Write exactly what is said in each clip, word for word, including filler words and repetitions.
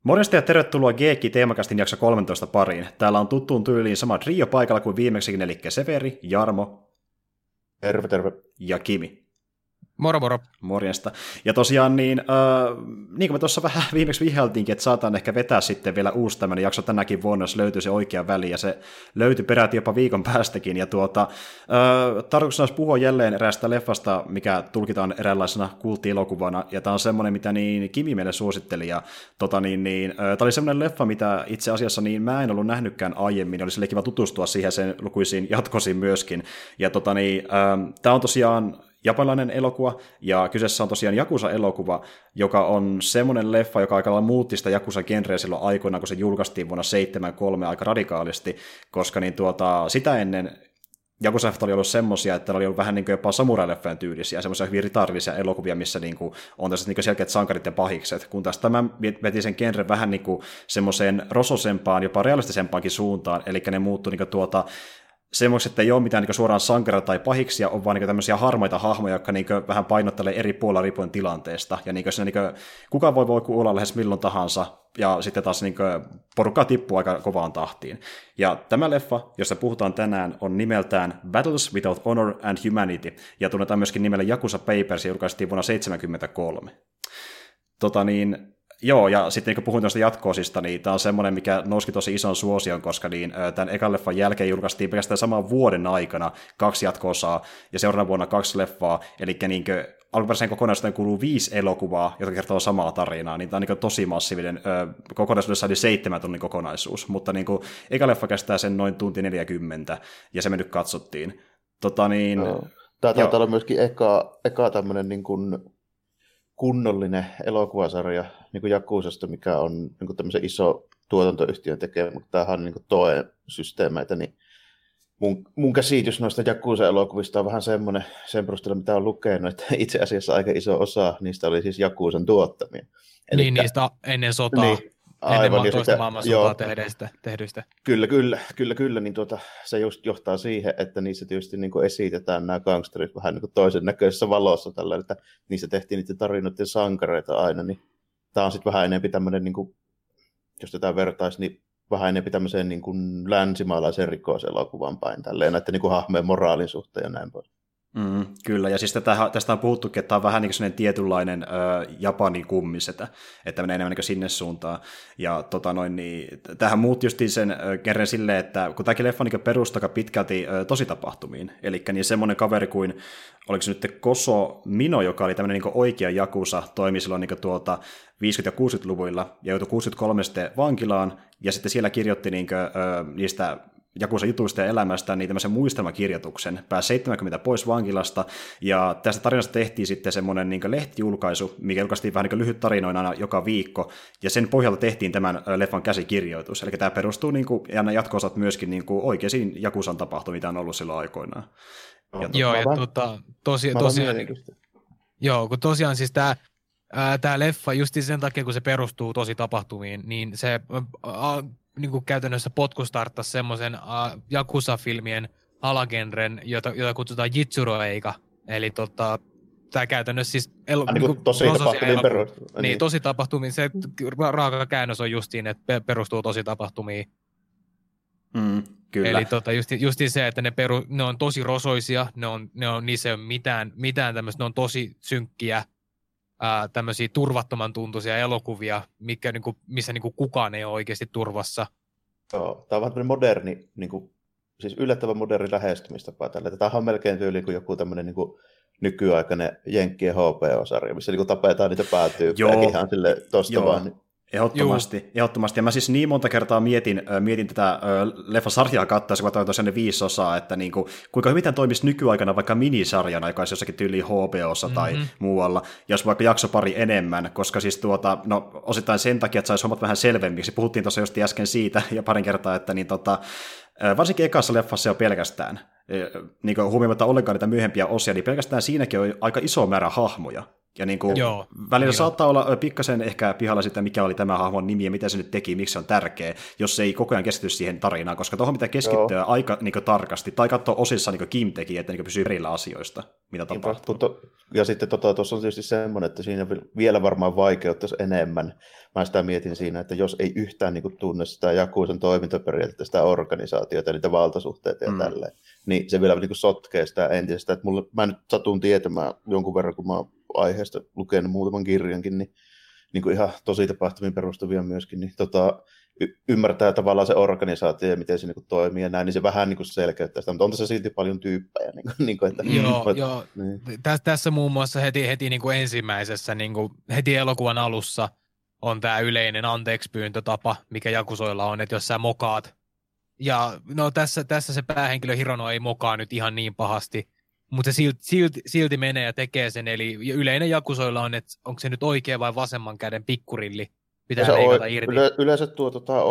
Morjesta ja tervetuloa G G Teemakastin jakso kolmetoista pariin. Täällä on tuttuun tyyliin sama trio paikalla kuin viimeksikin, eli Severi, Jarmo Terve, terve. ja Kimi. Moro moro. Morjesta. Ja tosiaan niin, äh, niin kuin me tuossa vähän viimeksi vihjailtiinkin, että saataan ehkä vetää sitten vielä uusi tämmöinen jakso tänäkin vuonna, jos löytyy se oikea väli, ja se löytyi peräti jopa viikon päästäkin. Ja tuota, äh, tarkoituksena olisi puhua jälleen eräästä leffasta, mikä tulkitaan eräänlaisena kulttielokuvana, ja tämä on semmoinen, mitä niin Kimi meille suositteli, ja tota, niin, niin, äh, tämä oli semmoinen leffa, mitä itse asiassa niin mä en ollut nähnytkään aiemmin, oli sille kiva tutustua siihen sen lukuisiin jatkosiin myöskin. Ja tota, niin, äh, tämä on tosiaan japanilainen elokuva, ja kyseessä on tosiaan Yakuza-elokuva, joka on semmoinen leffa, joka aika lailla muutti sitä Yakuza-genreä silloin aikoinaan, kun se julkaistiin vuonna seitsemänkymmentäkolme aika radikaalisti, koska niin tuota, sitä ennen Yakuza-leffat oli ollut semmoisia, että oli ollut vähän niin kuin jopa samurai-leffojen tyylisiä, semmoisia hyvin ritarillisia elokuvia, missä niin kuin on tässä niin kuin selkeät sankarit ja pahikset, kun taas tämä veti sen genre vähän niin kuin semmoiseen rososempaan, jopa realistisempaankin suuntaan, eli ne muuttui niin kuin tuota semmoiksi, että ei ole mitään niin suoraan sankaria tai pahiksia, on vaan niin tämmöisiä harmaita hahmoja, jotka niin vähän painottelee eri puolilla riippuen tilanteesta. Ja niin se, niin kuin, kuka voi, voi kuulla lähes milloin tahansa, ja sitten taas niin porukka tippuu aika kovaan tahtiin. Ja tämä leffa, josta puhutaan tänään, on nimeltään Battles Without Honor and Humanity, ja tunnetaan myöskin nimellä Yakuza Papers, ja julkaistiin vuonna seitsemänkymmentäkolme. Tota niin, Joo, ja sitten kun puhuin tuosta jatko-osista, niin tämä on semmoinen, mikä nousi tosi ison suosion, koska niin, tämän ekan leffan jälkeen julkaistiin pelkästään saman vuoden aikana kaksi jatko-osaa, ja seuraavana vuonna kaksi leffaa, eli niin alkuperäiseen kokonaisuuteen kuuluu viisi elokuvaa, jotka kertoo samaa tarinaa, niin tämä on niin tosi massiivinen, kokonaisuudessaan oli seitsemän tunnin kokonaisuus, mutta niin kuin, eka leffa kestää sen noin tunti neljäkymmentä, ja se me nyt katsottiin. Tota niin, no, tämä taitaa olla myöskin eka, eka tämmöinen niin kuin kunnollinen elokuvasarja niin kuin Yakuzasta, mikä on niin kuin tämmöisen iso tuotantoyhtiön tekemä, mutta tämähän on niin kuin Toe-systeemeitä, niin mun, mun käsitys noista Yakuza-elokuvista on vähän semmoinen, sen perusteella mitä on lukenut, että itse asiassa aika iso osa niistä oli siis Yakuzan tuottamia. Elikkä, niin, niistä ennen sotaa, niin, ennen aivan, toista maailmansotaa tehdyistä, tehdyistä. Kyllä, kyllä, kyllä, kyllä, niin tuota, se just johtaa siihen, että niissä tietysti niin kuin esitetään nämä gangsterit vähän niin kuin toisen näköisessä valossa tällä, että niissä tehtiin niiden tarinoiden sankareita aina, niin tämä on sitten vähän enemmän tämmöinen, niin kuin, jos tätä vertaisi, niin vähän enemmän tämmöiseen niin kuin länsimaalaisen rikoselokuvan päin, tälleen, näiden niin kuin hahmojen moraalin suhteen ja näin pois. Mm, kyllä, ja siis tätä, tästä on puhuttukin, että tämä on vähän niin kuin tietynlainen ö, Japanin kummisetä, että menee enemmän niin sinne suuntaan. Ja tota noin, niin, tämähän muutti just sen kerran silleen, että kun tämäkin leffa niin perustuu pitkälti ö, tositapahtumiin, eli niin semmoinen kaveri kuin, oliko se nyt Koso Mino, joka oli tämmöinen niin oikea Yakuza, toimi silloin niin tuolta viisikymmentä- ja kuusikymmentäluvuilla, ja joutui kuusikymmentäkolme sitten vankilaan, ja sitten siellä kirjoitti niin kuin, ö, niistä Yakuza-jutuista ja elämästä niin tämmöisen muistelmakirjoituksen, pääsi seitsemänkymmentä pois vankilasta, ja tästä tarinasta tehtiin sitten semmoinen niin lehtijulkaisu, mikä julkaistiin vähän niin lyhyt tarinoina aina joka viikko, ja sen pohjalta tehtiin tämän leffan käsikirjoitus, eli tämä perustuu, niin kuin, ja nämä jatko-osat myöskin niin kuin oikeisiin Yakuzan tapahtumiin, mitä on ollut silloin aikoinaan. Ja Joo, ja tuota, tosi, tosiaan, joo, kun tosiaan siis tämä Tämä leffa, just sen takia, kun se perustuu tosi tapahtumiin, niin se a, niin kuin käytännössä potkustarttasi semmoisen Yakuza-filmien alagenren, jota, jota kutsutaan Jitsuro-eika. Eli tota, tämä käytännössä siis El, ah, niin kuin tosi tapahtumiin perustuu. Niin, niin, tosi tapahtumiin. Se raaka käännös on justiin, että perustuu tosi tapahtumiin. Mm, kyllä. Eli tota, just, justiin se, että ne, peru, ne on tosi rosoisia, ne on, ne on, niissä ei ole mitään, mitään tämmöistä, ne on tosi synkkiä, Ää, tämmöisiä turvattoman tuntuisia elokuvia, mikä, niin kuin, missä niin kuin kukaan ei ole oikeasti turvassa. Joo, tämä on vähän moderni, niin kuin, siis yllättävän moderni lähestymistapa tälle. Tämä on melkein tyyli kuin joku tämmöinen niin kuin nykyaikainen Jenkkien H B O-sarja, missä niin kuin tapetaan niitä päätyyppejä ihan sille tosta vaan. Niin. Ehdottomasti, Juu. ehdottomasti. Ja mä siis niin monta kertaa mietin, mietin tätä leffasarjaa katsoessa, kun katsoin ne viisi osaa, että niin kuin, kuinka hyvin tämä toimisi nykyaikana vaikka minisarjana, joka olisi jossakin tyyliin H B O:ssa mm-hmm. tai muualla, jos vaikka jakso pari enemmän, koska siis tuota, no osittain sen takia, että saisi hommat vähän selvemmiksi. Puhuttiin tuossa just äsken siitä ja parin kertaa, että niin tota, varsinkin ekassa leffassa jo pelkästään, niin huomioimatta ollenkaan niitä myöhempiä osia, niin pelkästään siinäkin on aika iso määrä hahmoja. Ja niin kuin, Joo, välillä niin saattaa on. olla pikkasen ehkä pihalla sitä, mikä oli tämä hahmon nimi ja mitä se nyt teki, miksi se on tärkeä, jos se ei koko ajan keskity siihen tarinaan, koska tuohon pitää keskittyä Joo. aika niin kuin, tarkasti, tai katsoa osissa niin kuin Kim teki, että niin pysyy perillä asioista, mitä tapahtuu. To, ja sitten tuossa tota, on tietysti semmoinen, että siinä vielä varmaan vaikeuttaisi enemmän. Mä sitä mietin siinä, että jos ei yhtään niin kuin, tunne sitä Jakusan toimintaperiaatetta, sitä organisaatiota, niitä valtasuhteita ja mm. tälleen, niin se vielä niin kuin, sotkee sitä entisestä. Että mulle, mä nyt satun tietämään jonkun verran, kun mä oon aiheesta lukenut muutaman kirjankin, niin, niin kuin ihan tosi tapahtumiin perustuvia myöskin, niin tota, y- ymmärtää tavallaan se organisaatio ja miten se niin kuin, toimii ja näin, niin se vähän niin kuin, selkeyttää sitä, mutta on tässä silti paljon tyyppejä. Niin kuin, niin kuin, että, joo, mutta, joo. Niin. Tässä, tässä muun muassa heti, heti niin kuin ensimmäisessä, niin kuin, heti elokuvan alussa on tämä yleinen anteeksipyyntötapa, mikä Jakusoilla on, että jos sä mokaat, ja no tässä, tässä se päähenkilö Hirono ei mokaa nyt ihan niin pahasti, mutta se silti, silti, silti menee ja tekee sen, eli yleinen Jakusoilla on, että onko se nyt oikea vai vasemman käden pikkurilli, pitää leikata irti. Yle, yleensä tuo tota,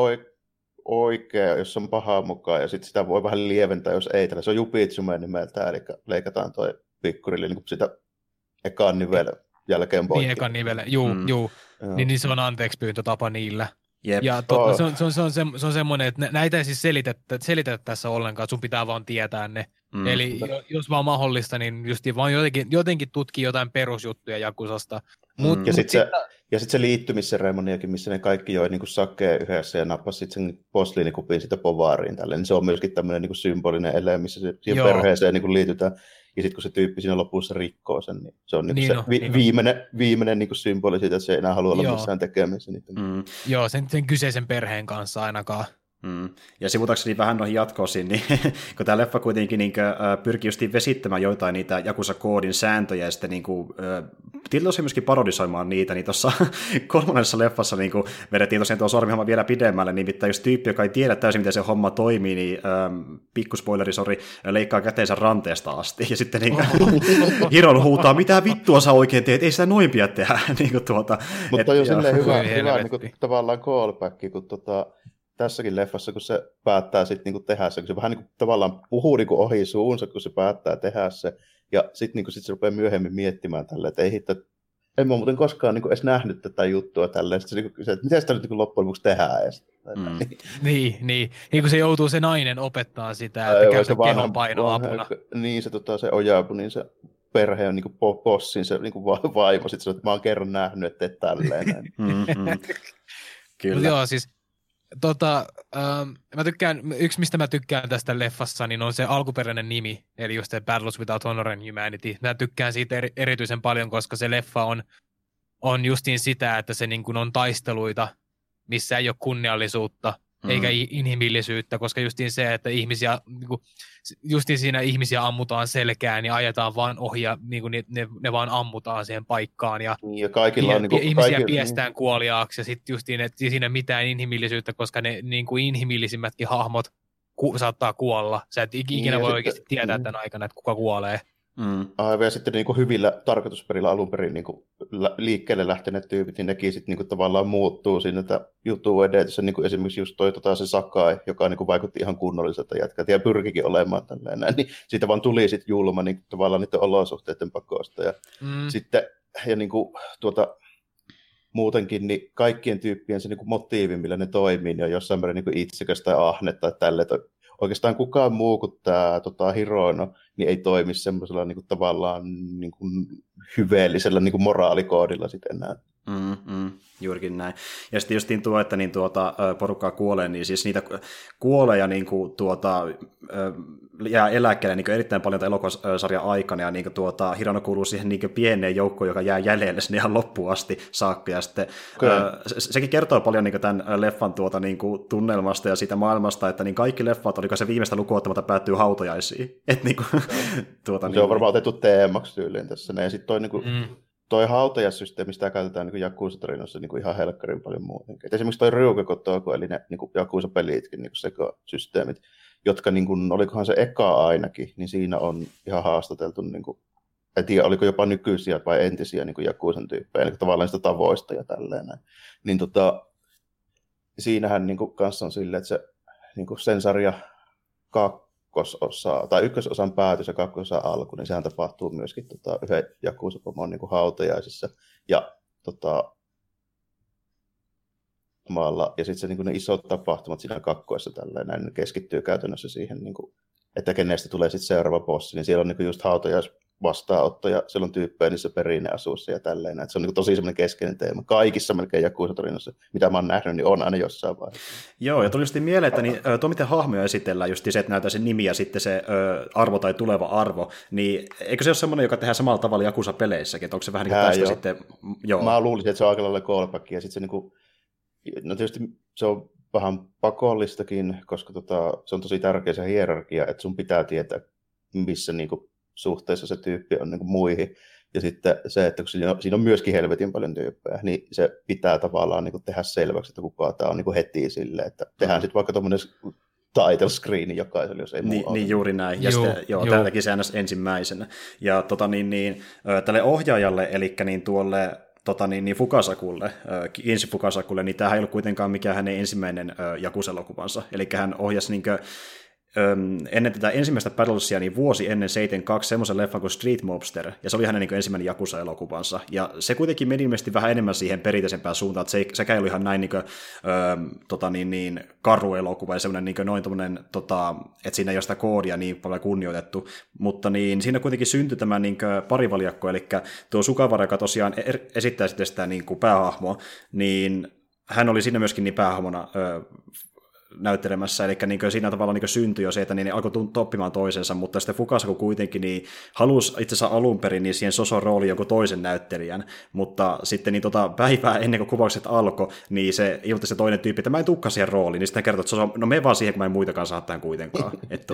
oikea, jos on pahaa mukaan, ja sitten sitä voi vähän lieventää, jos ei. Tällä se on Jupitsume nimeltään, eli leikataan tuo pikkurilli niin sitä ekan nivel jälkeen poikki. Niin, ekan nivel, juu, mm. juu. Niin, niin se on anteeksipyyntötapa niillä. Yep. Ja totta, oh. se, on, se, on, se, on se, se on semmoinen, että näitä ei siis selitetä, selitetä tässä ollenkaan, sun pitää vaan tietää ne. Mm. Eli jos vaan mahdollista, niin just vaan jotenkin, jotenkin tutkii jotain perusjuttuja Jakusasta. Mut, mm. Ja sitten se, ja sit se liittymisseremoniakin, missä ne kaikki joi niin sakea yhdessä ja nappasi sitten sen posliinikupin sitä povaariin tälle, niin se on myöskin tämmöinen niin symbolinen ele, missä se, siihen Joo. perheeseen niin liitytään. Ja sitten kun se tyyppi siinä lopussa rikkoo sen, niin se on niin niin se no, vi- niin viimeinen, viimeinen niin symboli siitä, että se ei enää halua olla Joo. missään tekemisissä. Mm. Joo, sen, sen kyseisen perheen kanssa ainakaan. Mm. Ja sivutakseni vähän noihin jatkoosiin, niin kun tämä leffa kuitenkin niin kuin, äh, pyrkii justiin vesittämään joitain niitä Yakuza-koodin sääntöjä ja sitten niin kuin, äh, tietysti myöskin parodisoimaan niitä, niin tuossa kolmannessa leffassa niin kuin, vedettiin tosiaan tuo sormihomma vielä pidemmälle, nimittäin jos tyyppi, joka ei tiedä täysin, miten se homma toimii, niin ähm, pikkuspoileri, sori, leikkaa käteensä ranteesta asti, ja sitten niin kuin, Hiron huutaa, mitä vittua sä oikein teet, ei sitä noin pidä tehdä. niin kuin, tuota, Mutta jo silleen hyvä, hyvä niin kuin, tavallaan callback, kun tota, tässäkin leffassa, kun se päättää sitten niinku tehdä se, kun se vähän niinku tavallaan puhuu niinku ohi suunsa, kun se päättää tehdä se, ja sitten niinku sit se rupeaa myöhemmin miettimään tälleen, että ei hitto, en mä muuten koskaan niinku edes nähnyt tätä juttua tälleen, sitten se niinku kysyy, että miten sitä nyt niinku loppujen lopuksi tehdään edes. Mm. niin, niin, niin kun se joutuu se nainen opettaa sitä, että käy se kehon painoapuna. Niin, se, tota, se Ojabu, niin se perhe on niinku bossin se niinku vaimo, sitten sanoo, että mä oon kerran nähnyt, että et tälleen. mm-hmm. Kyllä. Joo, siis Tota, ähm, mä tykkään, yksi mistä mä tykkään tästä leffassa, niin on se alkuperäinen nimi, eli just se Battles Without Honor and Humanity. Mä tykkään siitä eri, erityisen paljon, koska se leffa on, on justiin sitä, että se niin kuin on taisteluita, missä ei ole kunniallisuutta, mm. eikä inhimillisyyttä, koska justiin se, että ihmisiä, niin kuin, justiin siinä ihmisiä ammutaan selkään ja ajetaan vaan ohi ja niin kuin ne, ne, ne vaan ammutaan siihen paikkaan. Ja, ja kaikilla on, niin kuin, ihmisiä kaikilla, piestään niin. kuoliaaksi ja sitten justiin, että siinä mitään inhimillisyyttä, koska ne niin kuin inhimillisimmätkin hahmot ku, saattaa kuolla. Sä et ikinä niin, voi oikeasti tietää mm. tämän aikana, että kuka kuolee. Mm. Aivan, ja sitten niin kuin hyvillä tarkoitusperillä alun perin niin kuin liikkeelle lähteneet tyypit, niin nekin sitten niin kuin tavallaan muuttuu siinä jutun edetessä. Niin kuin esimerkiksi just toi tota, se Sakai, joka niin kuin vaikutti ihan kunnolliselta jätkältä ja pyrkikin olemaan tällainen. Niin siitä vaan tuli sitten julma niin kuin, tavallaan niiden olosuhteiden pakosta. Ja mm. sitten ja niin kuin, tuota, muutenkin niin kaikkien tyyppien se niin kuin motiivi, millä ne toimii, niin on jossain määrin niin kuin itsekäs tai ahne tai tälleen. Oikeastaan kukaan muu kuin tämä tota, Hirono niin ei toimi semmoisella niin kuin, tavallaan niin kuin, hyveellisellä niin kuin, moraalikoodilla sitten enää. Mm, mm, juurikin näin. Ja sitten justiin tuo, että niin tuota, porukkaa kuolee, niin siis niitä kuolee ja niin kuin, tuota, jää eläkkeelle niin erittäin paljon elokuvasarjan aikana, ja niin tuota, Hirono kuuluu siihen niin pieneen joukkoon, joka jää jäljelle sinne ihan loppuun asti saakka, ja sitten okay. se, sekin kertoo paljon niin tämän leffan tuota, niin kuin, tunnelmasta ja siitä maailmasta, että niin kaikki leffat, oliko se viimeistä lukuun ottamatta, päättyy hautajaisiin. Et, niin kuin, tuota, se niin, on varmaan otettu teemaksi tyyliin tässä, ja sitten toi niin kuin, mm. Toi hautajasysteemi, sitä käytetään niin Yakuza-tarinoissa niin ihan helkkarin paljon muutenkin. Et esimerkiksi toi Ryuga-Gotoku, eli ne niin Yakuza-pelitkin, niin sekasysteemit, jotka niin kuin, olikohan se eka ainakin, niin siinä on ihan haastateltu, niin kuin, en tiedä, oliko jopa nykyisiä vai entisiä niin Yakuzan tyyppejä, niin tavallaan sitä tavoista ja tälleen. Niin tota, siinähän niin kuin, kanssa on silleen, että se niin kuin sen sarja kakkososa, tai ykkösosan päätös ja kakkososan alku, niin sehän tapahtuu myöskin tota, yhden Yakuza-pomon niin kuin hautajaisissa. Ja tota, maalla, ja sitten se, niin kuin ne isot tapahtumat siinä kakkoessa tällainen, ne keskittyy käytännössä siihen, niin kuin, että kenestä tulee sitten seuraava bossi, niin siellä on niin kuin just hautajais vastaanotto, ja siellä on tyyppejä niissä perinneasuissa ja tälleen. Että se on niin tosi semmoinen keskeinen teema. Kaikissa melkein Yakuza-tarinassa, mitä mä oon nähnyt, niin on aina jossain vaiheessa. Joo, ja tuli just mieleen, että niin, tuo miten hahmoja esitellään, just se, että näytetään se nimi ja sitten se ö, arvo tai tuleva arvo, niin eikö se ole semmoinen, joka tehdään samalla tavalla Yakuza-peleissäkin, että onko se vähän niin kuin tästä jo. sitten? Joo. Mä luulisin, että se on aika lailla callback, ja sitten se niin kuin, no tietysti se on vähän pakollistakin, koska tota, se on tosi tärkeä se hierarkia, että sun pitää tietää, missä niin kuin suhteessa se tyyppi on niin kuin muihin. Ja sitten se, että kun siinä on, siinä on myöskin helvetin paljon tyyppejä, niin se pitää tavallaan niin kuin tehdä selväksi, että kuka tämä on niin kuin heti silleen, että tehdään mm. sitten vaikka tuommoinen title screen jokaiselle, jos ei niin, muu niin juuri näin. Ja joo, sitten, joo, joo. Täältäkin säännös ensimmäisenä. Ja tota, niin, niin, tälle ohjaajalle, eli niin tuolle tota, niin, niin Fukasakulle, Kinji Fukasakulle, niin tämähän ei ollut kuitenkaan mikään hänen ensimmäinen Yakuza-elokuvansa. Eli hän ohjasi niin kuin, Öm, ennen tätä ensimmäistä Battlesia, niin vuosi ennen seitsemänkymmentäkaksi semmoisen leffan kuin Street Mobster, ja se oli hänen niin kuin ensimmäinen Yakuza-elokuvansa, ja se kuitenkin meni ilmeisesti vähän enemmän siihen perinteisempään suuntaan, että se ei, sekä ei ollut ihan näin, niin kuin, öm, tota, niin, niin, karu elokuva, ja semmoinen niin kuin, noin tommoinen, tota, että siinä ei ole sitä koodia niin paljon kunnioitettu, mutta niin, siinä kuitenkin syntyi tämä niin kuin, parivaljakko, eli tuo Sugawara, joka tosiaan er- esittää sitten sitä niin kuin päähahmoa, niin hän oli siinä myöskin niin päähahmona ö, näyttelemässä, eli niin siinä tavalla niin syntyi jo se, että niin ne alkoi oppimaan toisensa, mutta sitten Fukasaku kuitenkin niin halusi itse asiassa alun perin niin siihen Soson rooliin joku toisen näyttelijän, mutta sitten niin tota, päivää ennen kuin kuvaukset alkoi, niin se ilmoitti se toinen tyyppi, että mä en tukka siihen rooliin, niin sitten kertoi, että Soso, no me vaan siihen, kun mä en muitakaan saa tähän kuitenkaan.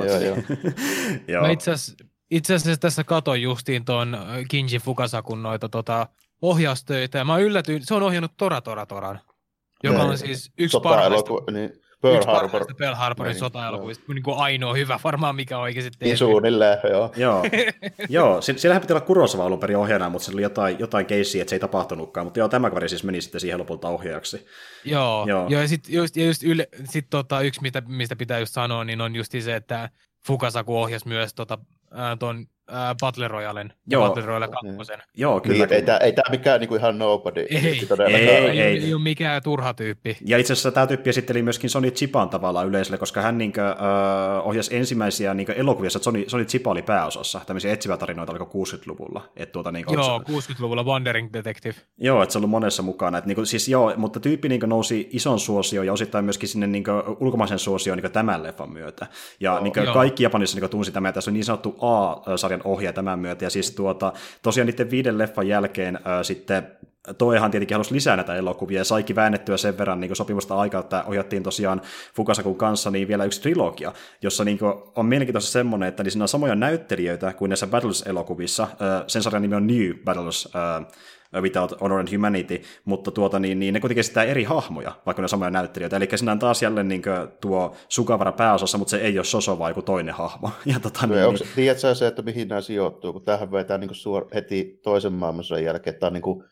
Mä itse asiassa, itse asiassa tässä katoin justiin tuon Kinji Fukasakun noita tota, ohjaustöitä, ja mä yllätyin, se on ohjannut Tora Tora Toran, joka on siis yksi parhaista. Niin. Pearl Yksi Harbor. Pearl Harborin niin, sota-elokuvista, niin kuin ainoa hyvä, varmaan mikä oikeasti tehty. Niin suunnilleen, joo. joo, joo. Siellähän piti olla Kurosawa alun perin ohjaajana, mutta se oli jotain, jotain keissiä, että se ei tapahtunutkaan, mutta joo, tämä kaveri siis meni sitten siihen lopulta ohjaajaksi. Joo, joo. ja sitten just, just yle, sit tota, yksi, mitä, mistä pitää just sanoa, niin on just se, että Fukasaku ohjasi myös tota, tuon Äh, Battle Royalen ja Battle Royale kakkosen. Joo, kyllä. Niin, ei tämä ei mikään niinku ihan nobody. Ei, ei, ei, ei, ei ole mikään turha tyyppi. Ja itse asiassa tämä tyyppi esitteli myöskin Sonny Chipan tavallaan yleisölle, koska hän niinkö, äh, ohjasi ensimmäisiä niinkö elokuvia, että Sonny, Sonny Chipa oli pääosassa. Tämmöisiä etsivä tarinoita oliko kuusikymmentäluvulla. Et tuota, niinkö, joo, kuusikymmentäluvulla Wandering Detective. Joo, että se on ollut monessa mukana. Et, niinkö, siis, joo, mutta tyyppi niinkö, nousi ison suosioon ja osittain myöskin sinne niinkö, ulkomaisen suosioon niinkö, tämän leffan myötä. Ja niinkö, kaikki Japanissa niinkö, tunsi tämän. Tässä on niin sanottu A-sarjan ohjaaja tämän myötä. Ja siis tuota, tosiaan niiden viiden leffan jälkeen ää, sitten Toehan tietenkin halusi lisää näitä elokuvia ja saikin väännettyä sen verran niin sopimusta aikaa, että ohjattiin tosiaan Fukasakun kanssa niin vielä yksi trilogia, jossa niin on mielenkiintoista semmoinen, että niin siinä on samoja näyttelijöitä kuin näissä Battles-elokuvissa. Sen sarjan nimi on New Battles Without Honor and Humanity, mutta tuota, niin, niin ne kuitenkin esittää eri hahmoja, vaikka ne on samoja näyttelijöitä. Eli siinä on taas jälleen niin tuo Sugawara pääosassa, mutta se ei ole Soso vai joku toinen hahmo. Ja, tota, niin, onko, tiedätkö se, että mihin nämä sijoittuu, kun tämähän vetää niin suor- heti toisen maailmansodan jälkeen, että tämä on niin kuin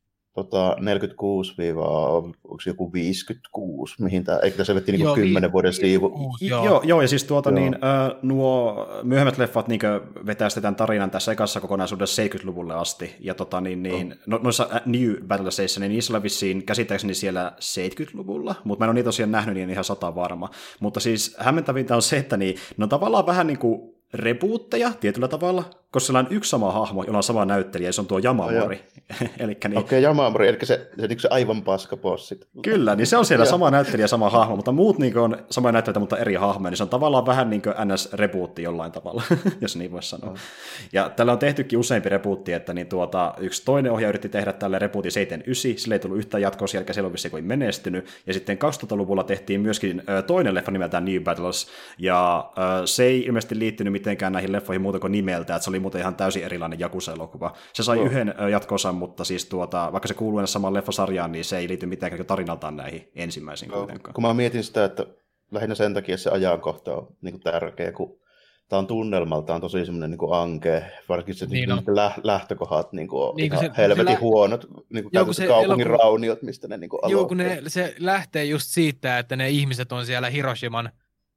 Tota, neljäkymmentäkuusi onko joku viisikymmentäkuusi, mihin tämä, eikö tässä vetti niinku kymmenen vuoden siivu? Joo. joo, joo, ja siis tuota joo. niin, äh, nuo myöhemmät leffat niin vetää sitten tämän tarinan tässä ekassa kokonaisuudessa seitsemänkymmentäluvulle asti, ja tota niin, niin oh. no, noissa New Battlesissa, niin niissä oli vissiin käsittääkseni siellä seitsemänkymmentäluvulla, mutta mä en ole niitä tosiaan nähnyt, niin ihan sata varma. Mutta siis hämmentävintä on se, että niin, no tavallaan vähän niin kuin rebootteja tietyllä tavalla, koska siellä on yksi sama hahmo, jolla on sama näyttelijä, ja se on tuo Yamamori. niin... Okei, okay, Yamamori, eli se, se, se aivan paska bossit. Kyllä, niin se on siellä sama näyttelijä, sama hahmo, mutta muut niin on sama näyttelijä, mutta eri hahmoja, niin se on tavallaan vähän niin kuin N S-rebootti jollain tavalla, jos niin voisi sanoa. Oh. Ja tällä on tehtykin useampi rebootti, että niin tuota, yksi toinen ohjaaja yritti tehdä tälle rebootin seitsemänkymmentäyhdeksän, sille ei tullut yhtään jatkoa, sen jälkeen se on vissiin menestynyt, ja sitten kaksituhattaluvulla tehtiin myöskin toinen leffa nimeltään New Battles, ja se ei ilmeisesti liittynyt mitenkään näihin leffoihin muuta kuin nimeltä, että se oli muuten ihan täysin erilainen Yakuza-elokuva. Se sai oh. yhden jatko-osan, mutta siis tuota, vaikka se kuuluu enää samaan leffasarjaan, niin se ei liity mitenkään tarinaltaan näihin ensimmäisiin oh. kuitenkaan. Kun mä mietin sitä, että lähinnä sen takia se ajankohta on niin kuin tärkeä, kun tämä on tunnelmaltaan tosi semmoinen niin ankea, varsinkin se niin niin lä- lähtökohdat niin kuin niin kuin se, helvetin se huonot, niin kuin joo, se kaupungin elokuva... rauniot, mistä ne niin kuin aloittaa. Joo, kun ne, se lähtee just siitä, että ne ihmiset on siellä Hiroshiman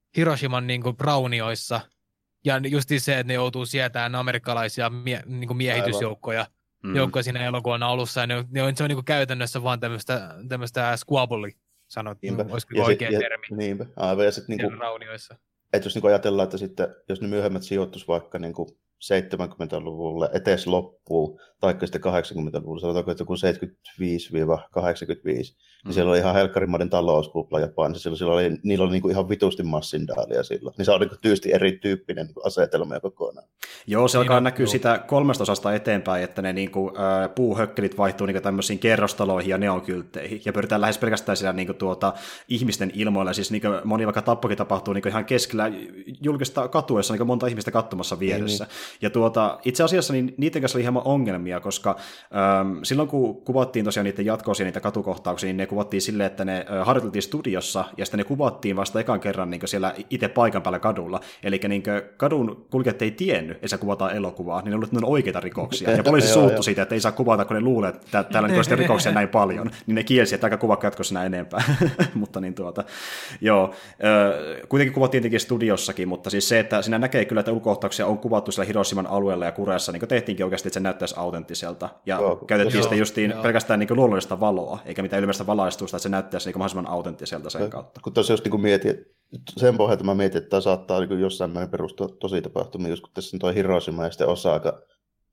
Hiroshiman niin kuin raunioissa. Ja justiin se, että ne joutuu sietään amerikkalaisia mie, niin kuin miehitysjoukkoja mm. joukkoja siinä elokuvan alussa. Ja ne, ne on, se on niin kuin käytännössä vaan tämmöistä, tämmöistä squabbly, sanottiin, olisiko oikea ja, termi. Niinpä, aivan. Ja sitten niin raunioissa. Että jos niin ajatellaan, että sitten, jos ne myöhemmät sijoittuisi vaikka niin kuin seitsemänkymmentäluvulle etes loppuun, taikka sitten kahdeksankymmentäluvulle, sanotaanko, että joku seitsemänkymmentäviisi kahdeksankymmentäviisi, mm. niin siellä oli ihan helkkarimainen talouskupla Japanissa, silloin, silloin oli, niillä oli niin kuin ihan vitusti massindaalia silloin. Niin se on niin kuin tyysti erityyppinen niin kuin asetelma jo kokonaan. Joo, se alkaa näkyä sitä kolmesta osasta eteenpäin, että ne niin kuin, äh, puuhökkelit vaihtuu niin kuin tämmöisiin kerrostaloihin ja neonkyltteihin, ja pyritään lähes pelkästään siellä niin kuin, tuota, ihmisten ilmoilla, siis niin kuin, moni vaikka tappokin tapahtuu niin kuin ihan keskellä julkista katuessa, niin kuin monta ihmistä katsomassa vieressä. Niin, niin. Ja tuota, itse asiassa niin niiden kanssa oli hieman ongelmia, koska ähm, silloin kun kuvattiin tosiaan niiden jatkoosia, niitä katukohtauksia, niin ne kuvattiin silleen, että ne äh, harjoiteltiin studiossa, ja sitten ne kuvattiin vasta ekan kerran niin siellä itse paikan päällä kadulla. Eli niin kadun kulkijat ei tiennyt, että se kuvataan elokuvaa, niin ne olivat oikeita rikoksia. Ja poliisi suuttui siitä, että ei saa kuvata, kun ne luulee, että täällä on niin rikoksia näin paljon. Niin ne kielsi, että aika kuva jatkossa näin enempää. Mutta niin tuota, joo. Äh, kuitenkin kuvattiin tietenkin studiossakin, mutta siis se, että siinä näkee kyllä, että ulkokohtauksia on kuvattu siellä Hiroshiman alueella ja Kureassa, niin kuin tehtiinkin oikeasti, että se näyttäisi autenttiselta. Ja joo, käytettiin joo, sitten justiin joo. pelkästään niin luonnollista valoa, eikä mitään ilmeistä valaistusta, että se näyttäisi niin mahdollisimman autenttiselta sen kautta. Kun tosiaan just niin mietin, sen pohjalta mä mietin, että tämä saattaa niin jossain määrin perustua tosi tapahtumiin, just kun tässä on tuo Hiroshima ja sitten Osaka,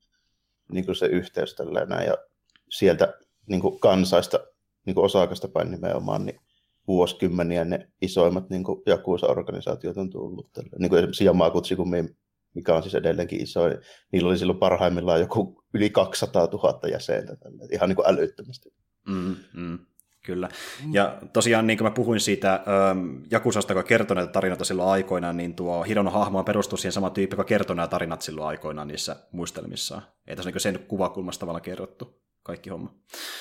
niin kuin se yhteys tälleen, ja sieltä niin kuin kansaista, niin kuin Osakasta päin nimenomaan, niin vuosikymmeniä ne isoimmat niin kuin Yakuza-organisaatiot on tullut. Tälle. Niin kuin esimerkiksi Yamaguchi, mikä on siis edelleenkin iso, niillä oli silloin parhaimmillaan joku yli kaksisataatuhatta jäsentä. Tälle. Ihan niin kuin älyttömästi. Mm, mm, kyllä. Ja tosiaan niin kuin mä puhuin siitä ähm, Yakuzasta, joka kertoi näitä tarinoita silloin aikoinaan, niin tuo Hirono hahmo perustuu siihen samaan tyyppiin, joka kertoi nämä tarinat silloin aikoinaan niissä muistelmissaan. Ei tässä niin sen kuvakulmasta tavallaan kerrottu kaikki homma.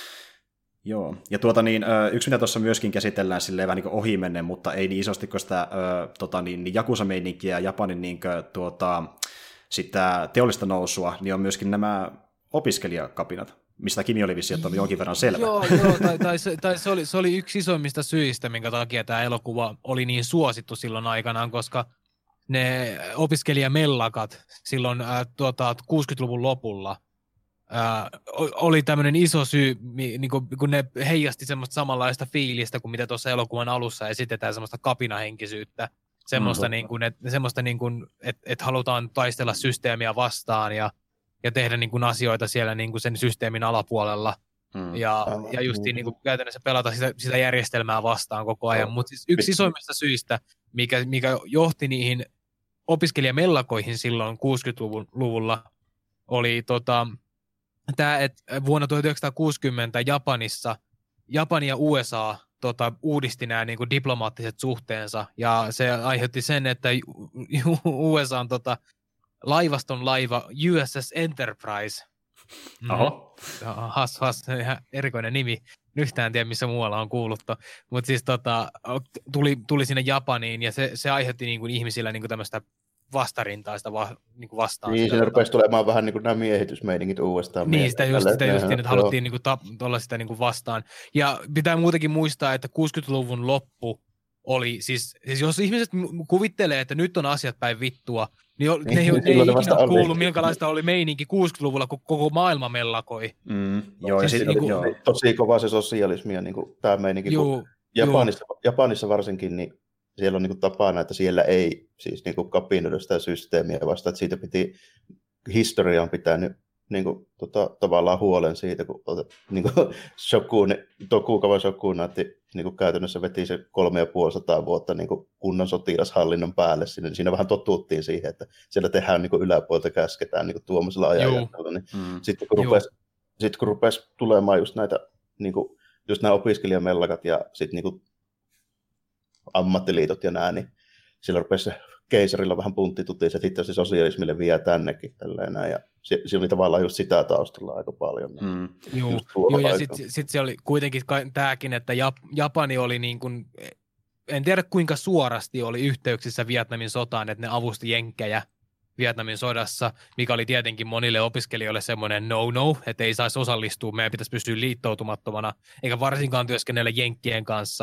Joo, ja tuota niin, yksi mitä tuossa myöskin käsitellään silleen vähän niin kuin ohimennen, mutta ei niin isosti kuin sitä tota niin, niin Yakuza-meininkiä ja Japanin niin kuin, tuota, sitä teollista nousua, niin on myöskin nämä opiskelijakapinat, mistä Kimi oli vissi, että oli jonkin verran selvä. Joo, joo tai, tai, se, tai se, oli, se oli yksi isoimmista syistä, minkä takia tämä elokuva oli niin suosittu silloin aikanaan, koska ne opiskelijamellakat silloin äh, tuota, kuusikymmentäluvun lopulla Uh, oli tämmöinen iso syy, niin kun, kun ne heijasti semmoista samanlaista fiilistä kuin mitä tuossa elokuvan alussa esitetään, semmoista kapinahenkisyyttä, semmoista, mm-hmm. niin kuin, et, semmoista niin kuin, että et halutaan taistella systeemiä vastaan ja, ja tehdä niin kuin asioita siellä niin kuin sen systeemin alapuolella mm. ja, ja justiin niin kuin käytännössä pelata sitä, sitä järjestelmää vastaan koko ajan. Mutta siis yksi isoimmista syistä, mikä, mikä johti niihin opiskelijamellakoihin silloin kuusikymmentäluvulla, oli tota tämä, että vuonna tuhatyhdeksänsataakuusikymmentä Japanissa, Japani ja U S A tota, uudisti nämä niin kuin diplomaattiset suhteensa, ja se aiheutti sen, että U S A:n tota, laivaston laiva U S S Enterprise, Oho. has, has, ihan erikoinen nimi, yhtään tiedä missä muualla on kuuluttu, mutta siis tota, tuli, tuli sinne Japaniin, ja se, se aiheutti niin kuin ihmisillä niin kuin tämmöistä vastarintaista va, niin kuin vastaan. Niin, siinä rupesi tulemaan vähän niin kuin nämä miehitysmeiningit uudestaan. Niin, sitä just, sitä just että haluttiin niin kuin ta, olla sitä niin kuin vastaan. Ja pitää muutenkin muistaa, että kuusikymmentäluvun loppu oli, siis, siis jos ihmiset kuvittelee, että nyt on asiat päin vittua, niin, niin ne, ne ei ikinä kuulu, minkälaista oli meininki kuusikymmentäluvulla, kun koko maailma mellakoi. Mm, joo, siis ja sitten niin kuin, tosi kova se sosialismi ja niin kuin, tämä meininki. Juu, Japanissa, Japanissa varsinkin, niin siellä on niin kuin tapana, että siellä ei siis niin kuin kapinoida sitä systeemiä vasta, että siitä piti, historia on pitänyt niin kuin, tota, tavallaan huolen siitä, kun niin kuin Shogun, Tokugawa shogunaatti niin kuin käytännössä veti se kolme ja puoli sataa vuotta niin kuin kunnan sotilashallinnon päälle sinne, niin siinä vähän totuttiin siihen, että siellä tehdään niin kuin yläpuolta käsketään niin kuin tuommoisella ajanjaksolla, niin mm. sitten kun rupesi, sit, kun rupesi tulemaan just näitä niin kuin, just nämä opiskelijamellakat ja sitten niin kuin ammattiliitot ja nämä, niin sillä rupesi se keisarilla vähän punttitutiin, se sitten se sosialismille vie tännekin. Tälleen, ja se, se oli tavallaan just sitä taustalla aika paljon. Mm. Joo, joo, ja sitten sit se oli kuitenkin tämäkin, että Japani oli niin kuin, en tiedä kuinka suorasti oli yhteyksissä Vietnamin sotaan, että ne avusti jenkkejä Vietnamin sodassa, mikä oli tietenkin monille opiskelijoille semmoinen no-no, että ei saisi osallistua, meidän pitäisi pysyä liittoutumattomana, eikä varsinkaan työskennellä jenkkien kanssa.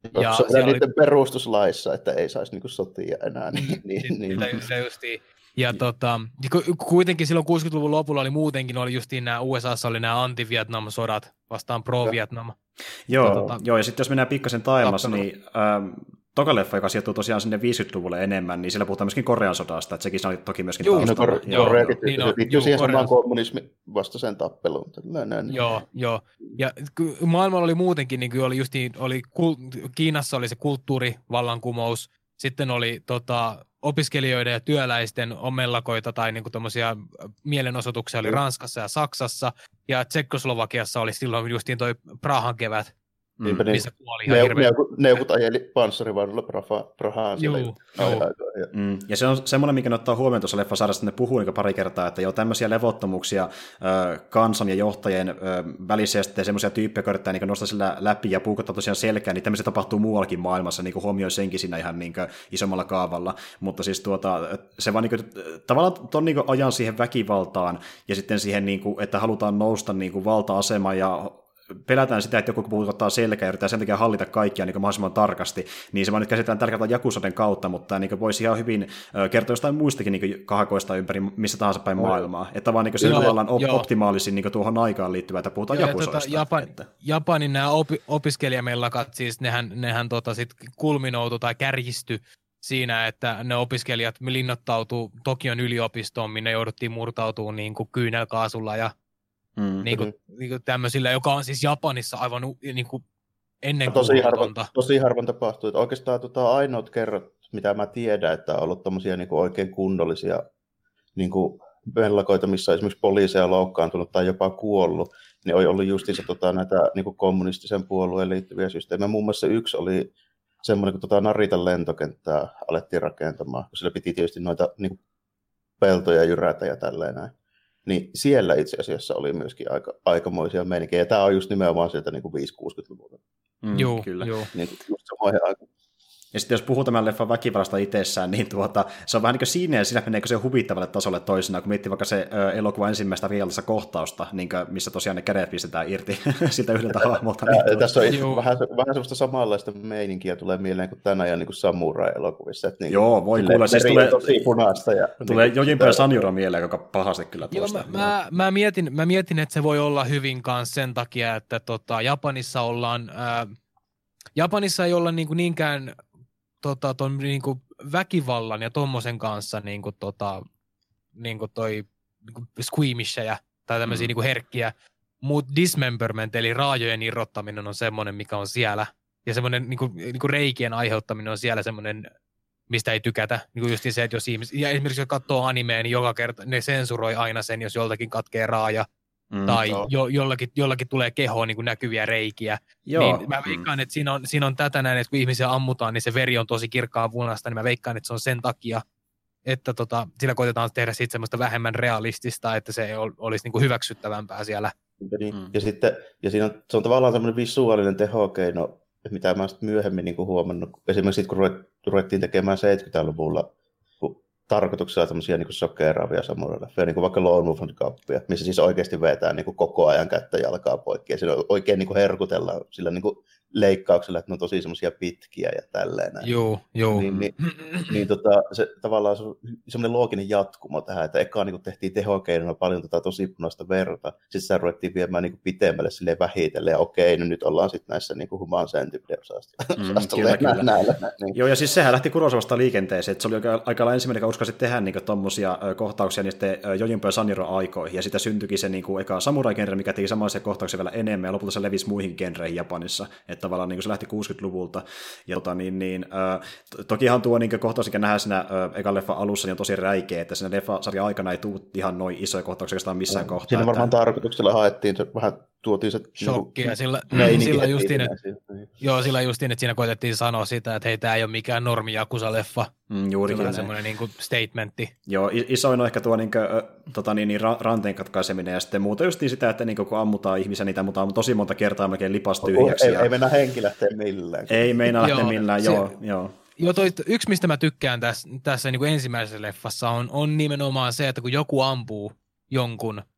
Ja se on niiden oli... perustuslaissa, että ei saisi niinku sotia enää. Niin, niin, niin. Se justiin. Ja tota, kuitenkin silloin kuusikymmentäluvun lopulla oli muutenkin, oli justiin nämä U S A:ssa oli nämä anti-Vietnam-sodat vastaan pro-Vietnam. Joo, tota, joo, ja sitten jos mennään pikkasen taemmas, niin ähm, toka leffa, joka sijoittuu tosiaan sinne viisikymmentäluvulle enemmän, niin siellä puhutaan myöskin Korean sodasta, että sekin oli toki myöskin joo, taustalla. No, joo, Koreakin liittyy siihen samaan kommunismin vastaiseen tappeluun. Joo, joo. Ja maailmalla oli muutenkin, niin kuin oli justiin, oli, Kiinassa oli se kulttuurivallankumous, sitten oli tota, opiskelijoiden ja työläisten omellakoita tai niinku tommosia mielenosoituksia oli Ranskassa ja Saksassa, ja Tsekkoslovakiassa oli silloin justiin toi Prahan kevät, mm. missä kuoli ihan hirveä. Neuvot, neuvot ajeli panssarivaunulla Prahaan. Joo, joo. Ja... Mm. ja se on semmoinen, mikä ne ottaa huomioon tuossa leffasarjassa, että ne puhuu niin pari kertaa, että jo tämmöisiä levottomuuksia äh, kansan ja johtajien äh, välissä, ja sitten semmoisia tyyppejä, jotka yrittää niin nostaa sillä läpi ja puukottaa tosiaan selkään, niin tämmöisiä tapahtuu muuallakin maailmassa, niin huomioi senkin siinä ihan niin isommalla kaavalla, mutta siis tuota, se vaan niin kuin, tavallaan ton niin ajan siihen väkivaltaan, ja sitten siihen, niin kuin, että halutaan nousta niin valta-asemaan ja pelätään sitä, että joku puhuttaa selkää ja yritetään sen takia hallita kaikkia niin mahdollisimman tarkasti, niin se vaan nyt käsitellään tällä kertaa Jakusoden kautta, mutta niin voisi ihan hyvin kertoa jostain muistakin niin kahakoista ympäri missä tahansa päin maailmaa. Että vaan niin se tavallaan op- optimaalisin niin tuohon aikaan liittyvää, että puhutaan joo, Jakusodesta. Tota, Japan, että... Japanin nämä opi- opiskelijamellakat, siis nehän, nehän tota sit kulminoutu tai kärjisty siinä, että ne opiskelijat linnoittautuu Tokion yliopistoon, minne jouduttiin murtautumaan niin kuin kyynelkaasulla ja Mm. Niin kuin, niin kuin tämmöisillä, joka on siis Japanissa aivan niin kuin ennen tosi harvoin, tosi harvoin tapahtuu. Että oikeastaan tota, ainoat kerrot, mitä mä tiedän, että on ollut tommosia niin kuin oikein kunnollisia niin kuin mellakoita, missä on esimerkiksi poliiseja loukkaantunut tai jopa kuollut, niin on ollut justiinsa tota, näitä niin kuin kommunistisen puolueen liittyviä systeemejä. Muun muassa yksi oli semmoinen, kun tota Naritan lentokenttää alettiin rakentamaan, kun sillä piti tietysti noita niin kuin peltoja jyrätä ja tälleen näin. Niin siellä itse asiassa oli myöskin aika, aikamoisia meininkiä. Ja tämä on just nimenomaan sieltä niin kuin viisikymmentä-kuusikymmentäluvulta. Mm, joo, kyllä. Joo. Niin just samoihin aikoihin. Ja sitten jos puhuu tämän leffan väkivallasta itsessään, niin tuota, se on vähän niin kuin siinä ja siinä meneekö se huvittavalle tasolle toisinaan, kun miettii vaikka se ö, elokuva ensimmäistä viallista kohtausta, niin kuin, missä tosiaan ne kädet pistetään irti siltä yhdeltä hahmolta. Niin tuota. Tässä on vähän, vähän sellaista samanlaista meininkiä tulee mieleen kuin tänä ajan niin samurai-elokuvissa. Että niin, joo, voi kuulla. Siis tulee, ja, tulee niin, Jojimbo ja Sanjura mieleen, joka pahasti kyllä tuosta. Joo, mä, mä, mä, mietin, mä mietin, että se voi olla hyvin kanssa sen takia, että tota, Japanissa ollaan, ää, Japanissa ei olla niinku niinkään Tota, ton, niinku, väkivallan ja tommosen kanssa niinku, tota, niinku toi niinku, squeamishejä tai tämmöisiä mm. niinku, herkkiä, mutta dismemberment eli raajojen irrottaminen on semmoinen, mikä on siellä, ja semmoinen niinku, niinku, reikien aiheuttaminen on siellä semmoinen, mistä ei tykätä. Niinku just se, että jos ihmiset, ja esimerkiksi jos katsoo animea, niin joka kerta ne sensuroi aina sen, jos joltakin katkee raaja, Mm, tai jo, jollakin, jollakin tulee kehoon niin kuin näkyviä reikiä. Joo. Niin mä veikkaan, että siinä on, siinä on tätä näin, että kun ihmisiä ammutaan, niin se veri on tosi kirkkaan punaista, niin mä veikkaan, että se on sen takia, että tota, sillä koitetaan tehdä siitä semmoista vähemmän realistista, että se olisi niin kuin hyväksyttävämpää siellä. Mm. Ja, sitten, ja siinä on, se on tavallaan semmoinen visuaalinen tehokeino, mitä mä sitten myöhemmin niin kuin huomannut. Esimerkiksi kun ruvettiin tekemään seitsemänkymmentäluvulla tarkoituksella tämmöisiä niin sokeraavia samurai-leffoja, niin kuin vaikka Lone Wolf and Cubia, missä siis oikeasti vetää niin kuin koko ajan kättä jalkaa poikki. Ja siinä oikein niin kuin herkutellaan sillä niin kuin leikkauksella, että ne on tosi semmoisia pitkiä ja tälleen. Joo, joo. Niin, niin, niin tota, se tavallaan se on semmoinen looginen jatkumo tähän, että ekaan niin kuin tehtiin tehokeinona paljon tota tosi punaista verta, sitten sitä ruvettiin viemään niin kuin pitemmälle silleen vähitellen, ja okei, no nyt ollaan sitten näissä niin kuin human centipede-osastolla. Mm, niin. Joo, ja siis sehän lähti Kurosawasta liikenteeseen, että se oli aika, aika lailla ensimmäinen, joka uskasi tehdä niin tuommoisia kohtauksia niiden Jojimbo ja Sanjiro aikoihin, ja sitä syntyikin se niin kuin, eka samurai-genre, mikä teki samaisia kohtauksia vielä enemmän, ja lopulta se levisi muihin genreihin Japanissa, että tavallaan niin se lähti kuusikymmentäluvulta. Ja tota, niin, niin, äh, tokihan tuo niin kohtaus, mikä nähdään siinä äh, ekan leffan alussa, niin on tosi räikeä, että siinä leffasarjan aikana ei tule ihan noin isoja kohtauksia oikeastaan missään no, kohtaa. Siinä että... varmaan tarkoituksella haettiin, se vähän tuotiin se... Shokkia, niin, sillä, sillä justiin, että, joo, sillä justiin, että siinä koetettiin sanoa sitä, että hei, tämä ei ole mikään normi Yakuza-leffa. Mm, juurikin näin. Semmoinen niin kuin statementti. Joo, isoin on ehkä tuo niin kuin, tota, niin, niin, ranteen katkaiseminen, ja sitten muuta just niin sitä, että niin kuin, kun ammutaan ihmisiä, niitä ammutaan tosi monta kertaa melkein lipas tyhjäksi. Ei, ja... ei mennä henki lähteä millään. Ei meinaa lähteä millään, joo. Se, joo. joo toi, yksi, mistä mä tykkään tässä, tässä niin kuin ensimmäisessä leffassa, on, on nimenomaan se, että kun joku ampuu jonkun,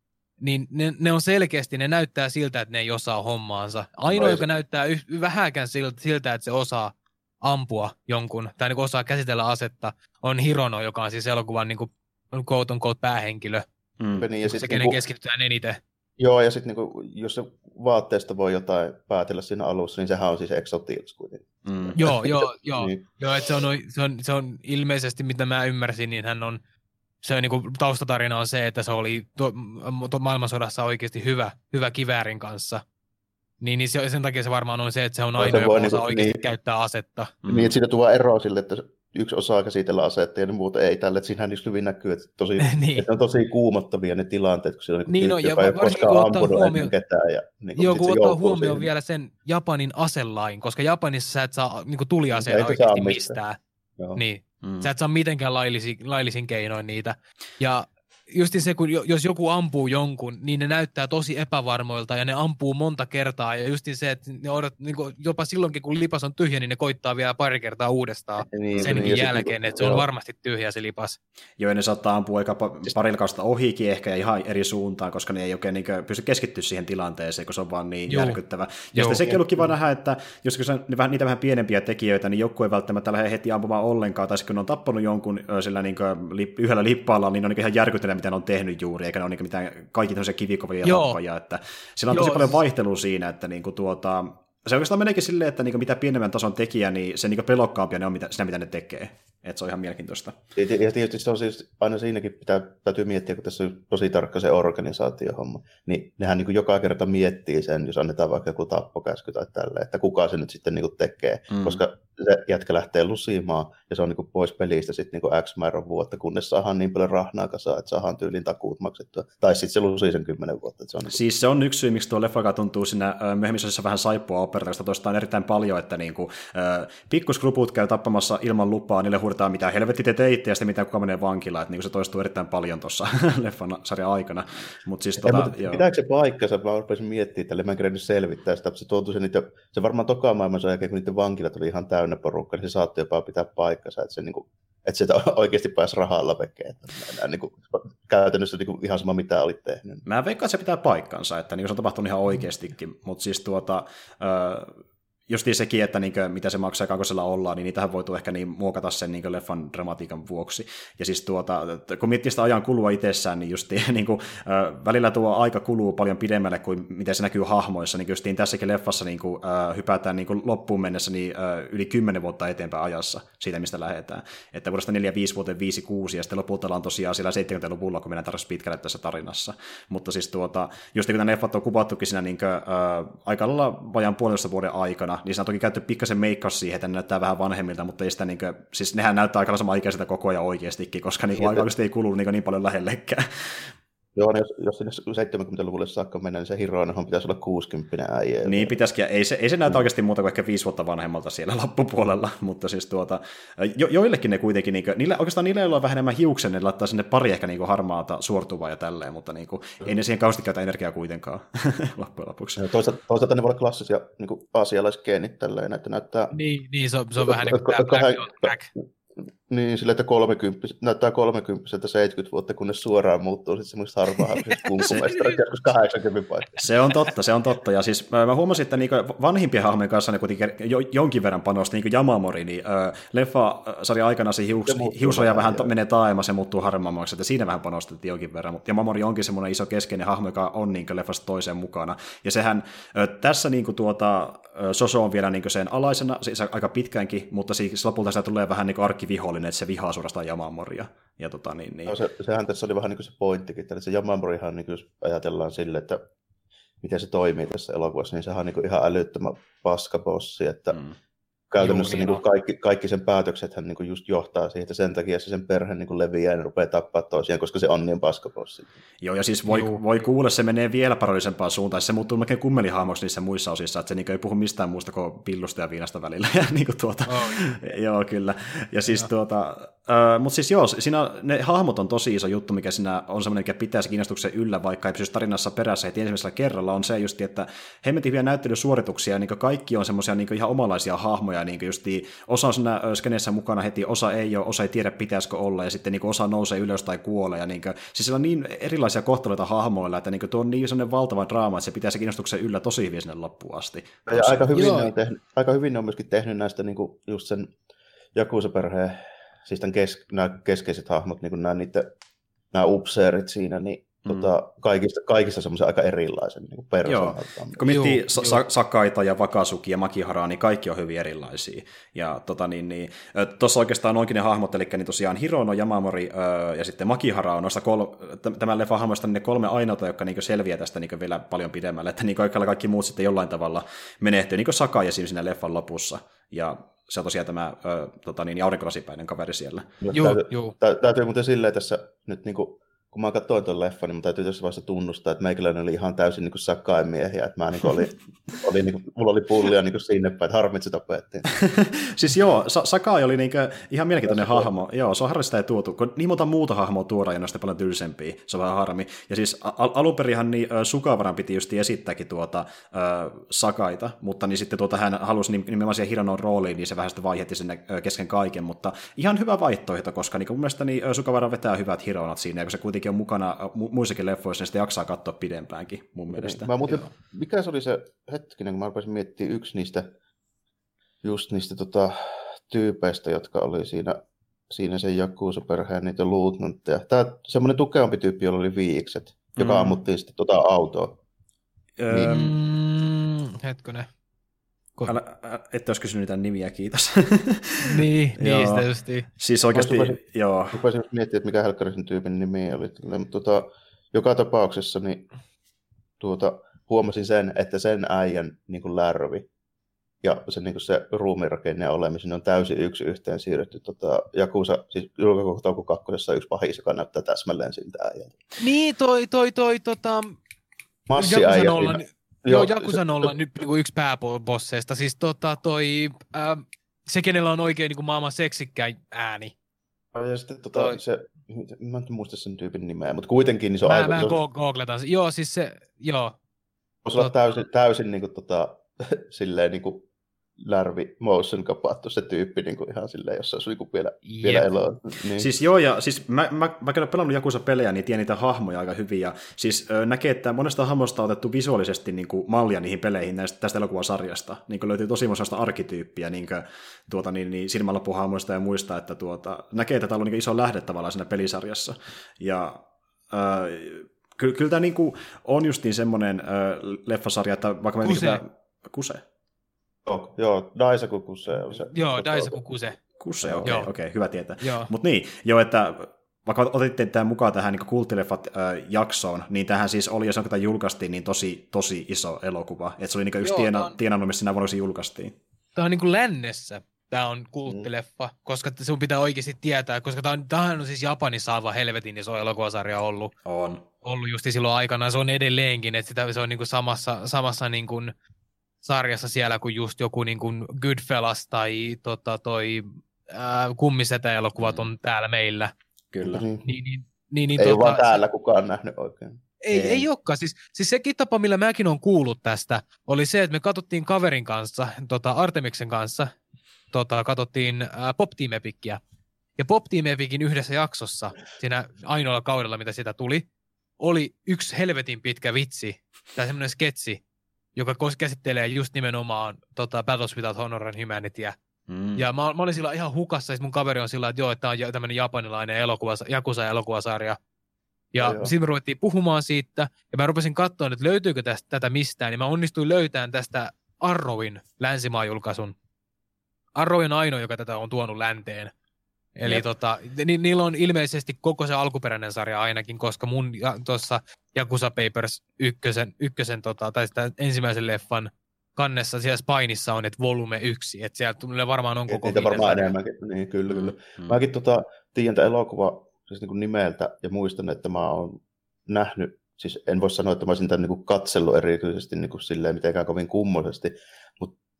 niin ne, ne on selkeästi, ne näyttää siltä, että ne ei osaa hommaansa. Ainoa, no, joka se... näyttää yh, vähäkään siltä, että se osaa ampua jonkun, tai niin osaa käsitellä asetta, on Hirono, joka on siis elokuvan niin quote on quote päähenkilö. Mm. Niin, se, kenen niinku... keskitytään eniten. Joo, ja sitten niinku, jos se vaatteesta voi jotain päätellä siinä alussa, niin sehän on siis Exotiils kuitenkin. Mm. Joo, joo, joo. niin. joo että se, on, se, on, se on ilmeisesti, mitä mä ymmärsin, niin hän on, se on, niin kuin, taustatarina on se, että se oli to, to, maailmansodassa oikeasti hyvä, hyvä kiväärin kanssa. Niin, niin se, sen takia se varmaan on se, että se on ainoa, joka niin, osaa oikeasti niin, käyttää asetta. Mm. Niin, että siitä tulee ero sille, että yksi osaa käsitellä asetta ja ne muuta ei tälle. Että siinähän just hyvin näkyy, että, tosi, niin. että on tosi kuumottavia ne tilanteet, kun siellä on niin, no, tyyppi, joka ei koskaan ampunut ennen ketään. Ja, niin, joo, kun ottaa huomioon siihen. Vielä sen Japanin aselain, koska Japanissa sä et saa niin tuliaseita oikeasti mistään. Niin. Mm. Sä et saa mitenkään laillisin, laillisin keinoin niitä. Ja just se, kun jos joku ampuu jonkun, niin ne näyttää tosi epävarmoilta ja ne ampuu monta kertaa. Ja just se, että ne odot, niin jopa silloinkin, kun lipas on tyhjä, niin ne koittaa vielä pari kertaa uudestaan niin, senkin niin, jälkeen, niin, että se on joo. varmasti tyhjä se lipas. Joo, ja ne saattaa ampua aika parilla kautta ohikin ehkä ja ihan eri suuntaan, koska ne ei oikein niin pysty keskittyä siihen tilanteeseen, kun se on vaan niin joo. järkyttävä. Ja joo. sitten sekin on ollut kiva nähdä, että jos kun se on niitä vähän pienempiä tekijöitä, niin joku ei välttämättä lähde heti ampumaan ollenkaan, tai kun ne on tappanut jonkun sillä niin yhdellä lippaalla, niin ne on ihan järkyttävää, mitä ne on tehnyt juuri, eikä ne ole niin mitään kaikki tämmöisiä kivikovia tappoja, että sillä on tosi Joo. paljon vaihtelua siinä, että niinku tuota, se oikeastaan meneekin silleen, että niinku mitä pienemmän tason tekijä, niin se niinku pelokkaampia ne on mitä, sitä, mitä ne tekee. Että se on ihan mielenkiintoista. Ja tietysti se on siis, aina siinäkin pitää, täytyy miettiä, kun tässä on tosi tarkka se organisaatiohomma, niin nehän niin kuin joka kerta miettii sen, jos annetaan vaikka joku tappokäsky tai tälle, että kuka se nyt sitten niin kuin tekee, mm. koska se jätkä lähtee lusimaan ja se on niin kuin pois pelistä sitten niin kuin X määrän vuotta, kunnes saadaan niin paljon rahnaa kasaan, että saadaan tyylin takuut maksettua. Tai sitten se lusii sen kymmenen vuotta. Että se on niin kuin... Siis se on yksi syy, miksi tuo leffa tuntuu siinä myöhemmissä osissa vähän saippua operoista, tuosta on erittäin paljon, että niin kuin, äh, pikkuskruput käy tappamassa ilman lupaa, niille huudetaan mitä helvetti te teitte ja sitten mitä kuka menee vankilaan, että niin se toistuu erittäin paljon tuossa leffan sarjan aikana. Mut siis, tota, mutta pitääkö se paikkansa? Mä rupesin miettimään tälle, mä en kerennyt selvittää sitä, se tuntui se, niitä, se varmaan toka maailmansa jälkeen, kun niiden vankilat oli ihan täynnä porukka, niin se saattoi jopa pitää paikkansa, että se niin kuin, että sitä oikeasti pääsi rahalla vekeen. Että niin kuin, käytännössä niin kuin, ihan sama, mitä olit tehnyt. Mä veikkaan, että se pitää paikkansa, että niin se on tapahtunut ihan oikeastikin, mutta siis tuota... Öö, justiin sekin, että niinkö, mitä se maksaa kakkosella ollaan, niin niitähän voitu ehkä niin muokata sen niinkö leffan dramatiikan vuoksi. Ja siis tuota, kun miettii sitä ajan kulua itsessään, niin justiin niin kuin, äh, välillä tuo aika kuluu paljon pidemmälle kuin miten se näkyy hahmoissa. Niin justiin tässäkin leffassa niin kuin, äh, hypätään niin kuin loppuun mennessä niin, äh, yli kymmenen vuotta eteenpäin ajassa siitä, mistä lähdetään. Että vuodesta neljä viisi vuoteen viisi kuusi ja sitten lopulta ollaan tosiaan siellä seitsemänkymmentäluvulla, kun mennään tarvitse pitkälle tässä tarinassa. Mutta siis tuota, justiin kun nämä leffat on kuvattukin siinä niin kuin, äh, aika lailla vajaan puolentoista vuoden aikana, niin siinä on toki käytetty pikkasen meikkaus siihen, että ne näyttää vähän vanhemmilta, mutta ei sitä niin kuin, siis nehän näyttää aika sama ikäiseltä koko ajan oikeastikin, koska niin aika ei kulunut niin, niin paljon lähellekään. Joo, jos, jos sinne seitsemänkymmentäluvulle saakka mennään, niin se Hironohan pitäisi olla kuusikymmentä äijä. Niin pitäisikin, ei se, ei se näytä oikeasti muuta kuin ehkä viisi vuotta vanhemmalta siellä loppupuolella, mutta siis tuota, jo, joillekin ne kuitenkin, niin kuin, niillä, oikeastaan niillä ei ole vähän enemmän hiuksen, ne laittaa sinne pari ehkä niin kuin harmaata suortuvaa ja tälleen, mutta niin kuin, ei ne siihen kauheasti käytä energiaa kuitenkaan loppujen lopuksi. Ja toisaalta, toisaalta ne voi olla klassisia niin kuin aasialaisgeenit tälleen, että näyttää... Niin, niin se, on, se on vähän niin kuin black, black. Niin, sillä, että kolmekymmentä, näyttää kolmekymppiseltä seitsemänkymmentä vuotta, kunnes suoraan muuttuu sitten semmoista harvaahaisesta kunkumestarit joskus kahdeksankymmentä paikkaa. Se on totta, se on totta. Ja siis mä huomasin, että niinku vanhimpien hahmojen kanssa ne kuitenkin jo, jonkin verran panosti, niin kuin Yamamori, niin äh, leffa-sarjan aikana se hius, hiusraja vähän to, menee taaemmas ja muuttuu harmaammaksi, että siinä vähän panostettiin jonkin verran. Mutta Yamamori onkin semmoinen iso keskeinen hahmo, joka on niin leffasta toiseen mukana. Ja sehän äh, tässä niin kuin tuota, Soso on vielä niin sen alaisena, siis aika pitkäänkin, mutta siis lopulta sitä tulee vähän niin arkkivihollinen, että se vihaa suorastaan Yamamoria. Ja tota, niin, niin. No se, sehän tässä oli vähän niin kuin se pointtikin, että se Yamamorihan, niin jos ajatellaan sille, että miten se toimii tässä elokuvassa, niin sehän on niin kuin ihan älyttömän paskabossi, että mm. käytännössä niin kuin kaikki, kaikki sen päätökset hän niin kuin just johtaa siihen, että sen takia se sen perhe niin kuin leviää ja ne rupeaa tappaa toisiaan, koska se on niin paskabossi. Joo, ja siis voi, voi kuulla, se menee vielä parodisempaan suuntaan, se muuttuu melkein kummelihahmoksi niissä muissa osissa, että se niin kuin ei puhu mistään muusta kuin pillusta ja viinasta välillä. Ja niin kuin tuota, oh, joo, kyllä. Ja siis tuota, Uh, mutta siis joo, siinä ne hahmot on tosi iso juttu, mikä siinä on semmoinen, mikä pitää se kiinnostuksen yllä, vaikka ei pysyisi tarinassa perässä heti ensimmäisellä kerralla, on se just, että hemmetin hyviä näyttelysuorituksia, ja niin kaikki on semmoisia niin ihan omalaisia hahmoja, niin just osa on siinä skeneessä mukana heti, osa ei ole, osa ei tiedä pitäisikö olla, ja sitten niin osa nousee ylös tai kuolee, ja niin kuin, siis siellä on niin erilaisia kohtaloita hahmoilla, että niin tuo on niin sellainen valtava draama, että se pitää se kiinnostuksen yllä tosi hyvin sinne loppuun asti. Ja aika hyvin, ne on tehnyt, aika hyvin ne on myöskin tehnyt näistä niin kuin just sen Yakuza-perheen, siis tämän kes, nämä keskeiset hahmot, niin kuin nämä, niiden, nämä upseerit siinä, niin mm. tota, kaikista, kaikista semmoisen aika erilaisen niin persoonalta. Kun miettii Sa- Sa- Sakaita ja Wakasuki ja Makiharaa, niin kaikki on hyvin erilaisia. Ja tota, niin, niin, tuossa oikeastaan onkin ne hahmot, eli niin tosiaan Hirono, Yamamori öö, ja sitten Makihara on noista kol- tämän leffan hahmoista ne kolme ainoata, jotka niin selviää tästä niin vielä paljon pidemmälle, että niin kaikki muut sitten jollain tavalla menehtyy, niin kuin Sakai esim. Siinä leffan lopussa. Ja se on tosiaan tämä ö, tota niin, aurinkorasipäinen kaveri siellä. Joo, täytyy, joo. Täytyy muuten silleen tässä, nyt niin kuin, kun mä katsoin tuon leffan, niin mun täytyy tässä vaiheessa tunnustaa, että meikäläinen oli ihan täysin niin kuin Sakain miehiä. Että mä niin oli, oli, niin kuin, mulla oli pullia niin kuin sinne päin, että harmitsi tapettiin. Siis joo, Sa- Sakai oli niin kuin, ihan mielenkiintoinen hahmo. Joo, se on harvista ei tuotu, kun niin monta muuta hahmoa tuodaan ja ne on paljon tylsempiä. Se on vähän harmi. Ja siis al- alunperinhan niin, Sukavaran piti just esittääkin tuota äh, Sakaita, mutta niin sitten tuota, hän halusi nimenomaan siihen Hironon rooliin, niin se vähän sitten vaihetti sinne äh, kesken kaiken. Mutta ihan hyvä vaihtoehto, koska niin mun mielestä niin, Sukavara vetää hyvät Hironat siinä, ja kun se kuitenkin on mukana mu- muissakin leffoissa, niin sitä jaksaa katsoa pidempäänkin mun mielestä. Mä muuten, mikä se oli se hetkinen, kun mä rupesin miettimään yksi niistä, just niistä tota, tyypeistä, jotka oli siinä, siinä sen Yakuza-perheen niitä luutnantteja. Tää semmoinen tukevampi tyyppi, jolla oli viikset, mm. joka ammuttiin sitten tota autoa. Öö, niin. mm, hetkonen. Älä, ette olisi kysynyt niitä nimiä, kiitos. niin, niistä justiin. Siis oikeasti, rupesin, joo. Rupesin miettimään, että mikä helkkarisen tyypin nimi oli. Mutta tota, joka tapauksessa niin, tuota, huomasin sen, että sen äijän niin kuin lärvi ja se, niin kuin se ruumiinrakenne olemisen on täysin yksi yhteen siirretty. Tota, Yakuza, siis Julkako Touko kakkosessa yksi pahis, joka näyttää täsmälleen siltä äijältä. Niin, toi, toi, toi, tota... Massiäijä. Joo, Yakuza nolla nyt niin yksi pääbosseista. Siis tota toi, äh, se kenellä on oikein niin kuin maailman seksikkäin ääni. Ja sitten tota, toi. se, mä en muista sen tyypin nimeä, mutta kuitenkin niin se on mä, aika... Mä se on, googletan sen. Joo, siis se, joo. Voisi olla täysin, täysin niin kuin, tota, silleen niin kuin lärvi motion kapattu se tyyppi niin kuin ihan silleen, jos se olisi niin vielä, vielä eloa. Niin. Siis joo, ja siis mä, mä, mä olen pelannut Yakuza-pelejä, niin tiedän niitä hahmoja aika hyvin, ja siis ö, näkee, että monesta hahmosta on otettu visuaalisesti niin kuin mallia niihin peleihin näistä, tästä elokuvasarjasta. Niin kuin löytyy tosi monesta arkityyppiä niin kuin, tuota, niin, niin silmänloppuhahmoista ja muista, että tuota, näkee, että tämä on ollut niin iso lähde tavallaan siinä pelisarjassa. Ja ö, kyllä, kyllä tämä niin kuin on justiin semmoinen ö, leffasarja, että vaikka me... Kuse. Niin, Kuse. Joo, joo, Daisaku Kuse on se. Joo, Daisaku Kuse. Kuse, okei, okay, okay, hyvä tietää. Joo. Mutta niin, joo, että vaikka otitte tämän mukaan tähän niin kulttileffat-jaksoon, niin tähän siis oli, jos tämä julkaistiin, niin tosi, tosi iso elokuva. Että se oli niin yksi tiena, on... tienannut, missä siinä vuonna se julkaistiin. Tämä on niin kuin lännessä. Tämä on kulttileffa, mm. koska sun pitää oikeasti tietää, koska tämä on, tämähän on siis Japanissa aivan helvetin iso elokuvasarja ollut. On. Ollut justi silloin aikana, se on edelleenkin, että sitä, se on niin kuin samassa, samassa niin kuin sarjassa siellä kuin just joku niin kuin Goodfellas tai tota, toi ää, Kummisetä-elokuvat on täällä meillä. Kyllä. Niin, niin, niin, niin, ei tota, ole vaan täällä kukaan nähnyt oikein. Ei, ei. ei olekaan. Siis, siis sekin tapa, millä mäkin olen kuullut tästä, oli se, että me katsottiin kaverin kanssa, tota Artemiksen kanssa, tota, katsottiin ää, Pop Team Epickiä. Ja Pop Team Epicin yhdessä jaksossa, siinä ainoalla kaudella, mitä sitä tuli, oli yksi helvetin pitkä vitsi, tai semmoinen sketsi, joka käsittelee just nimenomaan tota, Battles Without Honor and Humanityä. Mm. Ja mä, mä olin sillä ihan hukassa, ja mun kaveri on sillä, että joo, että tämä on tämmöinen japanilainen elokuva, Yakuza-elokuvasarja. Ja sitten me ruvettiin puhumaan siitä, ja mä rupesin katsoa, että löytyykö tästä, tätä mistään, niin mä onnistuin löytämään tästä Arrowin länsimaajulkaisun. Arrow on ainoa, joka tätä on tuonut länteen. Eli tota, ni, niillä on ilmeisesti koko se alkuperäinen sarja ainakin, koska mun ja, tuossa Yakuza Papers ykkösen, ykkösen tota, tai sitä ensimmäisen leffan kannessa siellä Spineissa on, että volume yksi, että siellä varmaan on koko niitä varmaan enemmänkin, niin kyllä, kyllä. Mm. Mäkin tota, tiedän tämän elokuva siis niin kuin nimeltä ja muistan, että mä oon nähnyt, siis en voi sanoa, että mä olisin tämän niin kuin katsellut erityisesti niin kuin silleen mitenkään kovin kummoisesti, mutta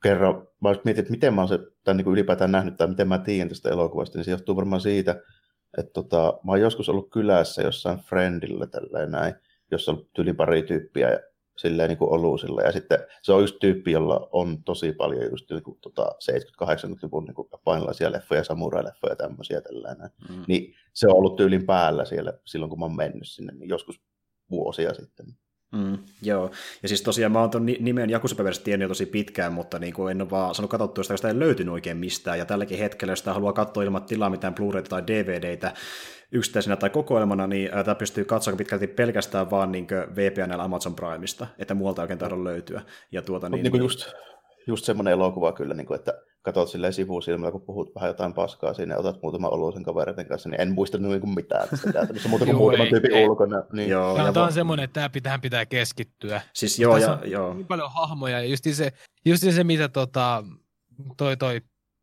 kerran, mä olisin mietin, että miten mä oon se, tai niin kuin ylipäätään nähnyt, tai miten mä tiedän tästä elokuvasta, niin se johtuu varmaan siitä, että tota, mä oon joskus ollut kylässä jossain friendillä tälleen näin, jossa on yli pari tyyppiä ja silleen niin kuin olusilla. Ja sitten se on just tyyppi, jolla on tosi paljon just niin kuin, tota, seitsemänkymmentä-kahdeksankymmentäluvun niin kuin japanilaisia leffoja, samurai-leffoja ja tämmöisiä tällainen. Mm. Niin se on ollut tyylin päällä siellä silloin, kun mä oon mennyt sinne, niin joskus vuosia sitten. Mm, joo, ja siis tosiaan mä oon ton nimen Jakusa-päivästä tiennyt jo tosi pitkään, mutta niin kuin en ole vaan saanut katsottua sitä, koska sitä ei löytynyt oikein mistään, ja tälläkin hetkellä, jos sitä haluaa katsoa ilman tilaa mitään Blu-rayta tai D V D:tä yksittäisenä tai kokoelmana, niin tämä pystyy katsomaan pitkälti pelkästään vaan niin V P N:llä Amazon Primesta, että muualta oikein taida löytyä. Ja tuota, niin, niin, just, just semmoinen elokuva kyllä, niin kuin, että katsot silleen sivusilmällä, kun puhut vähän jotain paskaa siinä ja otat muutaman oluisen kavereiden kanssa, niin en muista niin kuin mitään tästä käytännössä, muuta kuin muutaman tyypin ulkona. Niin. Joo, tämä on va- semmoinen, että tähän pitää keskittyä. Siis joo, tässä ja, on joo. niin paljon hahmoja, ja just se, just se mitä tota, toi, toi,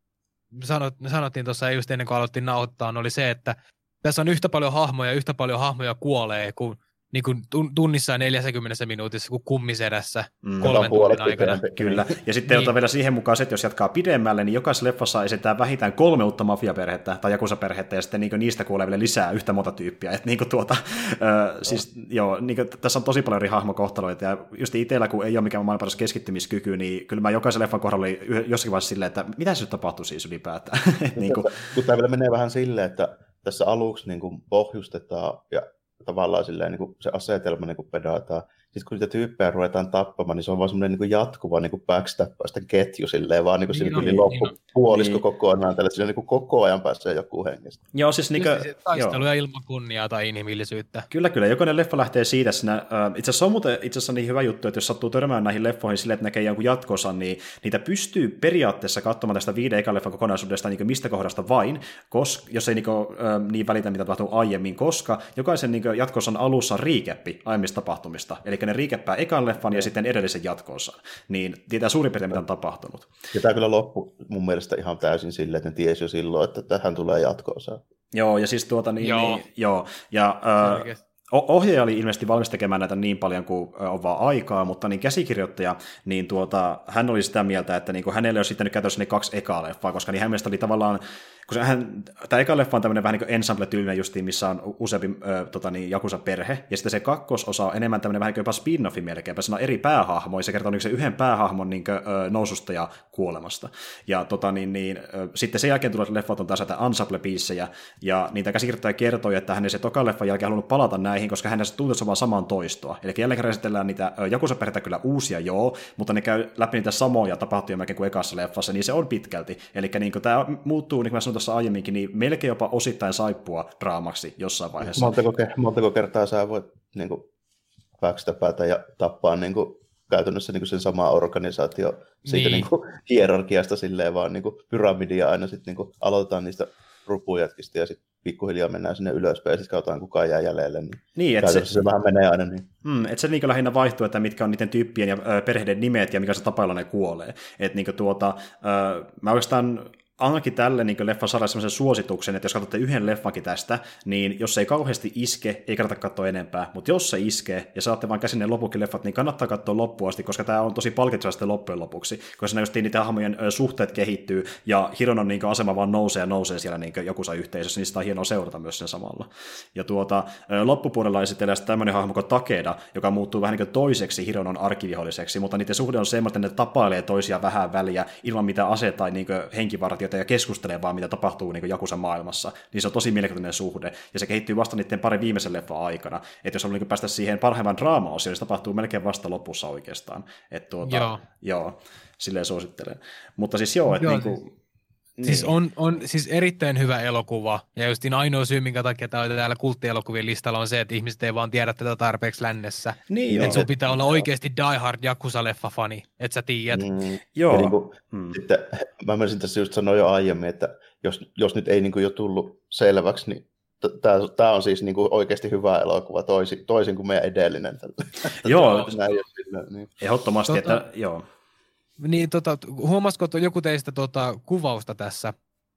sanot, sanottiin tuossa just ennen kuin aloittiin nauhoittaa, oli se, että tässä on yhtä paljon hahmoja, yhtä paljon hahmoja kuolee kuin niin kuin tunnissa ja neljässäkymmenessä minuutissa kuin kummisedässä mm. kolmen tunnin aikana. Kyllä, ja sitten niin. Otan vielä siihen mukaan se, että jos jatkaa pidemmälle, niin jokaisessa leffassa esitetään vähintään kolme uutta mafiaperhettä tai jakusaperhettä, ja sitten niin niistä kuulee vielä lisää yhtä monta tyyppiä. Et niin tuota, äh, siis, joo, niin tässä on tosi paljon eri hahmokohtaloita, ja just itsellä, kun ei ole mikään maailman paras keskittymiskyky, niin kyllä mä jokaisen leffan kohdalla oli jossakin vaiheessa silleen, että mitä se nyt tapahtuu siis ylipäätään. niin kuin... Kun tämä vielä menee vähän silleen, että tässä aluksi niin kuin pohjustetaan, ja tavallaan silleen, niin kuin se asetelma niin kuin pedataan. Sitten kun niitä tyyppejä ruvetaan tappamaan, niin se on vaan semmoinen niin jatkuva niin backstappaisten ketju silleen, vaan niin kuin niin, niin, loppupuolisko niin. kokonaan, tällä siinä niin koko ajan pääsee joku hengestä. Joo, siis niin kuin, taisteluja ilman kunniaa tai inhimillisyyttä. Kyllä, kyllä. Jokainen leffa lähtee siitä. Siinä, äh, itse asiassa on muuten itse asiassa niin hyvä juttu, että jos sattuu törmään näihin leffoihin silleen, että näkee jonkun jatkossa, niin niitä pystyy periaatteessa katsomaan tästä viiden ekan leffan kokonaisuudesta niin mistä kohdasta vain, koska, jos ei niin, kuin, äh, niin välitä, mitä tapahtuu aiemmin, koska jokaisen niin jatkossa alussa on riikäppi aiemmista tapahtumista. Eli ne riikäppää ekan leffan ja sitten edellisen jatkoonsa. Niin tietää suurin piirtein, mitä on tapahtunut. Ja tämä kyllä loppu mun mielestä ihan täysin silleen, että ne tiesi jo silloin, että tähän tulee jatkoonsa. Joo, ja siis tuota niin, joo. niin joo, ja äh, ohjaaja oli ilmeisesti valmis tekemään näitä niin paljon kuin on vaan aikaa, mutta niin käsikirjoittaja, niin tuota, hän oli sitä mieltä, että niin kuin hänelle olisi sitten nyt käytössä ne kaksi ekaa leffaa, koska niin hän mielestä oli tavallaan, kun hän, tämä eka leffa on tämmöinen vähän niin kuin ensemble-tyylinen justiin, missä on useampi ö, tota niin, Jakusa-perhe, ja sitten se kakkososa on enemmän tämmöinen vähän niin kuin jopa spin-offi melkeinpä, siinä on eri päähahmoja, ja se kertoo niin se yhden päähahmon niin kuin, ö, noususta ja kuolemasta. Ja tota, niin, niin, ö, sitten sen jälkeen tulee leffat on taas näitä ensemble-biissejä, ja niitä käsikirjoittaja kertoi, että hän ei se tokan leffan jälkeen halunnut palata näihin, koska hän tuntuu vaan saman toistoa. Eli jälleen kerran esitellään niitä Jakusa-perheitä kyllä uusia, joo, mutta ne käy läpi niitä samoja tapahtumia melkein kuin ekassa leffassa, niin se on pitkälti. Eli niin tämä muuttuu, niin kuin mä sanoin tuossa aiemminkin, niin melkein jopa osittain saippua draamaksi jossain vaiheessa. Montako, montako kertaa sä voit niin kuin, backstapata ja tappaa niin kuin, käytännössä niin kuin sen sama organisaatio siitä niin. Niin kuin, hierarkiasta silleen, vaan niin kuin, pyramidia aina sitten niin aloitetaan niistä rupujätkistä ja sitten pikkuhiljaa mennään sinne ylöspäin ja sitten katsotaan kukaan jää jäljelle. Niin, niin käytännössä se, se vähän menee aina niin. Mm, että se niin lähinnä vaihtuu, että mitkä on niiden tyyppien ja ö, perheiden nimet ja mikä se tapa, jolla ne kuolee. Että niin tuota, ö, mä oikeastaan ainakin tälle niin leffan saada sellaisen suosituksen, että jos katsotte yhden leffankin tästä, niin jos se ei kauheasti iske, ei kannata katsoa enempää, mutta jos se iskee ja saatte vaan käsin ne lopukin leffat, niin kannattaa katsoa loppuun asti, koska tämä on tosi palkitseva sitten loppujen lopuksi, koska siinä just niitä hahmojen suhteet kehittyy ja Hironon niin asema vaan nousee ja nousee siellä niin jokussa yhteisössä, niin sitä on hienoa seurata myös sen samalla. Ja tuota, loppupuolella esitellään sitten tämmöinen hahmo kuin Takeda, joka muuttuu vähän niin kuin toiseksi Hironon arkiviholliseksi, mutta niiden suhde on semmoinen, että ne tapailee toisia vähän väliä ilman mitään ase- tai niin henkivartiota ja keskustelee vaan, mitä tapahtuu niin Jakusan maailmassa, niin se on tosi mielenkiintoinen suhde, ja se kehittyy vasta niiden parin viimeisen leffan aikana, että jos on niin päästä siihen parhaimman draama-osioon, niin se tapahtuu melkein vasta lopussa oikeastaan, että tuota, joo. joo, silleen suosittelen. Mutta siis joo, että niin kuin, Siis on, on siis erittäin hyvä elokuva, ja just ainoa syy, minkä takia tämä on täällä kulttielokuvien listalla, on se, että ihmiset ei vaan tiedä tätä tarpeeksi lännessä. Niin, että sun pitää olla oikeasti Die Hard Yakuza-leffa-fani, että sä tiedät. Mm, joo. Niin kuin, mm. Sitten, mä menisin tässä just sanoa jo aiemmin, että jos, jos nyt ei niin kuin jo tullut selväksi, niin tämä on siis niin kuin oikeasti hyvä elokuva, toisin, toisin kuin meidän edellinen. Joo, niin. ehdottomasti, tota, että joo. Niin, tota, huomasiko joku teistä tota, kuvausta tässä,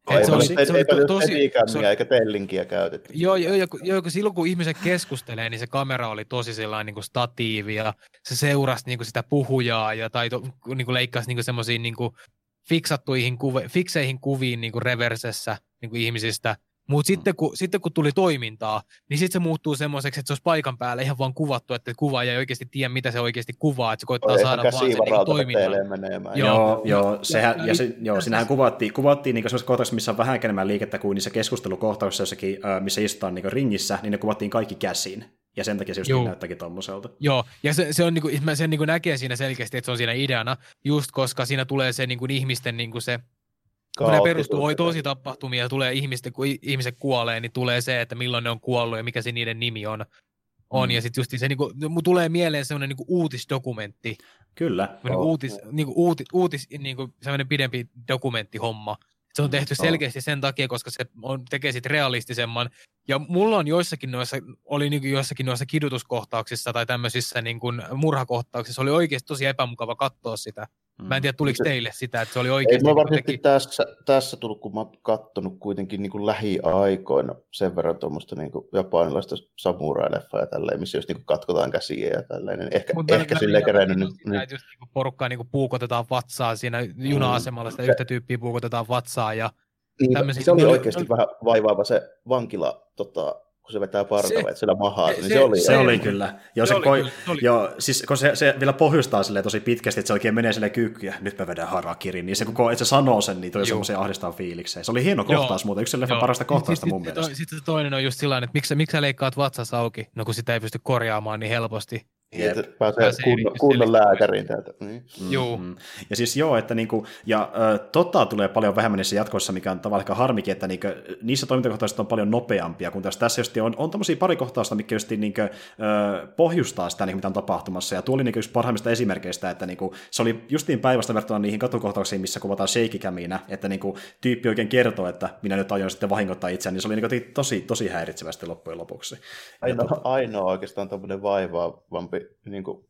Ei, se oli, se oli to, tosi... Se eikä tellinkiä käytetty. Joo, joo, joo, joo, kun silloin kun ihmiset keskustelee, niin se kamera oli tosi sellainen niin kuin statiivi ja se seurasi niin kuin sitä puhujaa ja tai to, niin kuin leikkasi niin kuin semmoisiin niin kuin fiksattuihin kuve, fikseihin kuviin niin kuin reversessä niin kuin ihmisistä. Mutta mm. sitten, kun, sitten kun tuli toimintaa, niin sitten se muuttuu semmoiseksi, että se olisi paikan päällä ihan vaan kuvattu, että kuvaaja ei oikeasti tiedä, mitä se oikeasti kuvaa, että se koittaa saada vaan sen niin toiminnan. Menemään. Joo, joo, joo, sehän, ja, ja se, joo sinähän kuvattiin, kuvattiin niin sellaisessa kohtauksessa, missä on vähän enemmän liikettä kuin niissä keskustelukohtauksissa jossakin, missä istutaan niin ringissä, niin ne kuvattiin kaikki käsin. Ja sen takia se just näyttäkin tommoselta. Joo, ja se, se on niinku, mä sen niinku näkee siinä selkeästi, että se on siinä ideana, just koska siinä tulee se niinku ihmisten niinku se, kun ne perustuu tosi tapahtumia ja tulee ihmisten, kun ihmiset kuolee, niin tulee se, että milloin ne on kuollut ja mikä se niiden nimi on. on. Mm. Ja sitten just se, niinku, tulee mieleen semmoinen niinku uutisdokumentti. Kyllä. Niinku uutis, niinku, uutis, uutis niinku, semmoinen pidempi dokumenttihomma. Se on tehty selkeästi sen takia, koska se on, tekee sit realistisemman. Ja mulla on joissakin noissa, oli niin joissakin noissa kidutuskohtauksissa tai tämmöisissä niin kuin murhakohtauksissa, oli oikeasti tosi epämukava katsoa sitä. Mä en tiedä, tuliko teille sitä, että se oli oikeasti... Ei mulla varsinaisesti teki... tässä, tässä tullut, kun mä oon katsonut kuitenkin niin kuin lähiaikoina sen verran tuommoista niin kuin japanilaista samurai-leffaa ja tälleen, missä just niin kuin katkotaan käsiä ja tällainen. Ehkä, ehkä silleen kerennyt nyt... Sitä, että just niin kuin porukkaa niin kuin puukotetaan vatsaa siinä juna-asemalla, sitä mm. yhtä tyyppiä puukotetaan vatsaa ja... Niin, se oli oikeasti oli... vähän vaivaava se vankila, tota, kun se vetää partava, että siellä mahaa. Se, niin se, oli, se oli kyllä. Jo, se se oli, koi, jo, siis, kun se, se vielä pohjustaa tosi pitkästi, että se oikein menee silleen kyykkyä, nyt mä vedän harakirin, niin se koko, että se sanoo sen, niin tuli semmoisen ahdistaan fiilikseen. Se oli hieno kohtaus muuten, yksi leffan parasta kohtausta mun sit, mielestä. Sitten toinen on just sellainen, että miksi, miksi sä leikkaat vatsas auki, no kun sitä ei pysty korjaamaan niin helposti. Jep. Pääsee kunnon, kunnon lääkäriin täältä. Mm. Joo. Mm-hmm. Ja siis joo, että niinku, ja äh, tota tulee paljon vähemmän niissä jatkoissa, mikä on tavallaan ehkä harmikin, että niinku, niissä toimintakohtauksissa on paljon nopeampia, kun tässä, tässä just on, on tommosia pari kohtausta, mikä just niinku, äh, pohjustaa sitä, niinku, mitä on tapahtumassa, ja tuo oli niinku yksi parhaimmista esimerkkeistä, että niinku, se oli justiin päivästä verrattuna niihin katukohtauksiin, missä kuvataan shakicaminä, että niinku, tyyppi oikein kertoo, että minä nyt aion sitten vahingoittaa itseäni, niin se oli niinku, tosi, tosi häiritsevästi loppujen lopuksi. Ainoa, tota... ainoa oikeastaan tommoinen vaivaavampi niin kuin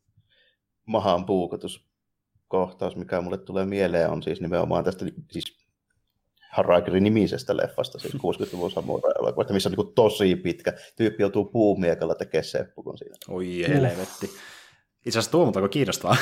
mahaan puukotuskohtaus, mikä mulle tulee mieleen, on siis nimenomaan tästä siis Harakiri-nimisestä leffasta, siis kuusikymmentäluvun samurai-elokuvasta, missä on niin kuin tosi pitkä. Tyyppi joutuu puumiekalla tekemään seppukon siinä. Oi helvetti. Itse asiassa tuo, mutta onko kiinnostaa.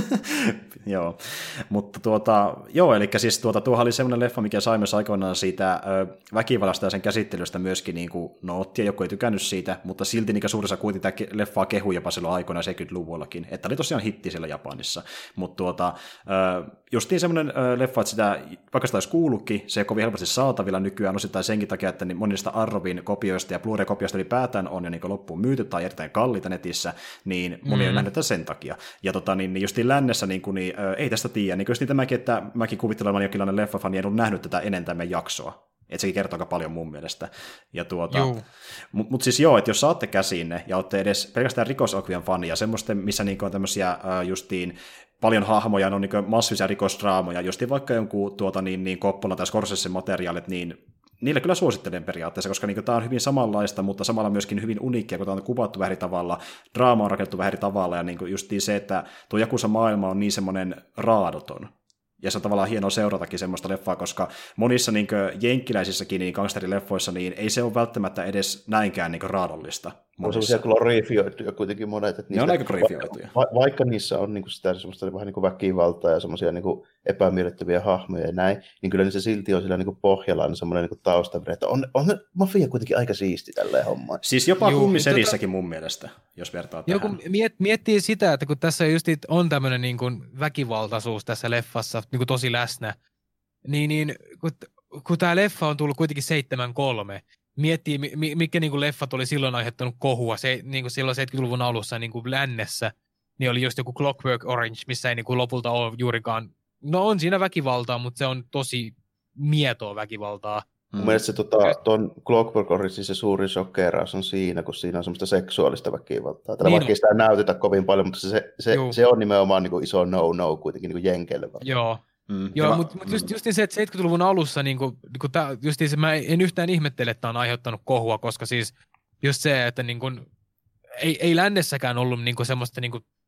Joo, mutta tuota, joo, eli siis tuota, tuohan oli semmoinen leffa, mikä sai myös aikoinaan siitä ö, väkivallasta ja sen käsittelystä myöskin niin kuin noottia, joku ei tykännyt siitä, mutta silti niin suurissa kuitenkin tämä leffaa kehui jopa silloin aikoinaan seitsemänkymmentäluvullakin, että oli tosiaan hitti siellä Japanissa, mutta tuota, ö, justiin semmoinen ö, leffa, että sitä, vaikka sitä olisi kuullutkin, se ei kovin helposti saatavilla nykyään osittain senkin takia, että niin monista Arrowin kopioista ja Blu-ray-kopioista ylipäätään on jo niin loppuun myyty tai erittäin kalliita netissä, niin moni mm. on nähnyt sen takia. Ja tota, niin, niin justiin lännessä niin kuin, niin, ö, ei tästä tiedä. Niin just niin tämäkin, että mäkin kuvittelen olevan jokinlainen leffafani, en ole nähnyt tätä ennen tämän jaksoa. Että sekin kertoo aika paljon mun mielestä. Tuota, Mutta mut siis joo, että jos saatte käsiinne ja olette edes pelkästään rikoselokuvien fania, semmoisten, missä niin on tämmöisiä äh, justiin paljon hahmoja, ne on niin massiivisia rikosdraamoja, justiin vaikka jonkun tuota, niin, niin Coppola tai Scorsese materiaalit, niin niille kyllä suosittelen periaatteessa, koska niin, tämä on hyvin samanlaista, mutta samalla myöskin hyvin uniikkia, kun tämä on kuvattu vähän eri tavalla, draama on rakennettu vähän eri tavalla, ja niin justiin se, että tuo Yakuza-maailma on niin semmoinen raadoton. Ja se on tavallaan hienoa seuratakin semmoista leffaa, koska monissa niin jenkkiläisissäkin niin gangsterileffoissa niin ei se ole välttämättä edes näinkään niin raadollista. On sellaisia glorifioituja kuitenkin monet. Että ne on aika glorifioituja. Va- vaikka niissä on niin sitä semmoista vähän niin väkivaltaa ja semmoisia niin epämiellyttäviä hahmoja ja näin, niin kyllä niin se silti on sillä niin pohjalla semmoinen niin taustavire, että on, on mafia kuitenkin aika siisti tälleen hommaan. Siis jopa kummisedissäkin mun mielestä, jos vertaa tähän. Joku miet, miettii sitä, että kun tässä just on tämmöinen niin kuin väkivaltaisuus tässä leffassa niin kuin tosi läsnä, niin, niin kun, kun tämä leffa on tullut kuitenkin seitsemän kolme, miettii, mikä niin kuin leffat oli silloin aiheuttanut kohua, se, niin kuin silloin seitsemänkymmentäluvun alussa niin kuin lännessä, niin oli just joku Clockwork Orange, missä ei niin kuin lopulta ole juurikaan, no on siinä väkivaltaa, mutta se on tosi mietoa väkivaltaa. Mun mielestä se tota, ton Clockwork Orange se suuri shokeraus on siinä, kun siinä on semmoista seksuaalista väkivaltaa. Tällä niin vaikka ei sitä näytetä kovin paljon, mutta se, se, se on nimenomaan niin kuin iso no-no kuitenkin niin kuin jenkeille. Joo. Mm. Joo, mutta mut just, just se, että seitsemänkymmentäluvun alussa, niin kuin, niin kuin tää, just se, mä en yhtään ihmettele, että tämä on aiheuttanut kohua, koska siis just se, että niin kuin, ei, ei lännessäkään ollut niin kuin semmoista niin kuin,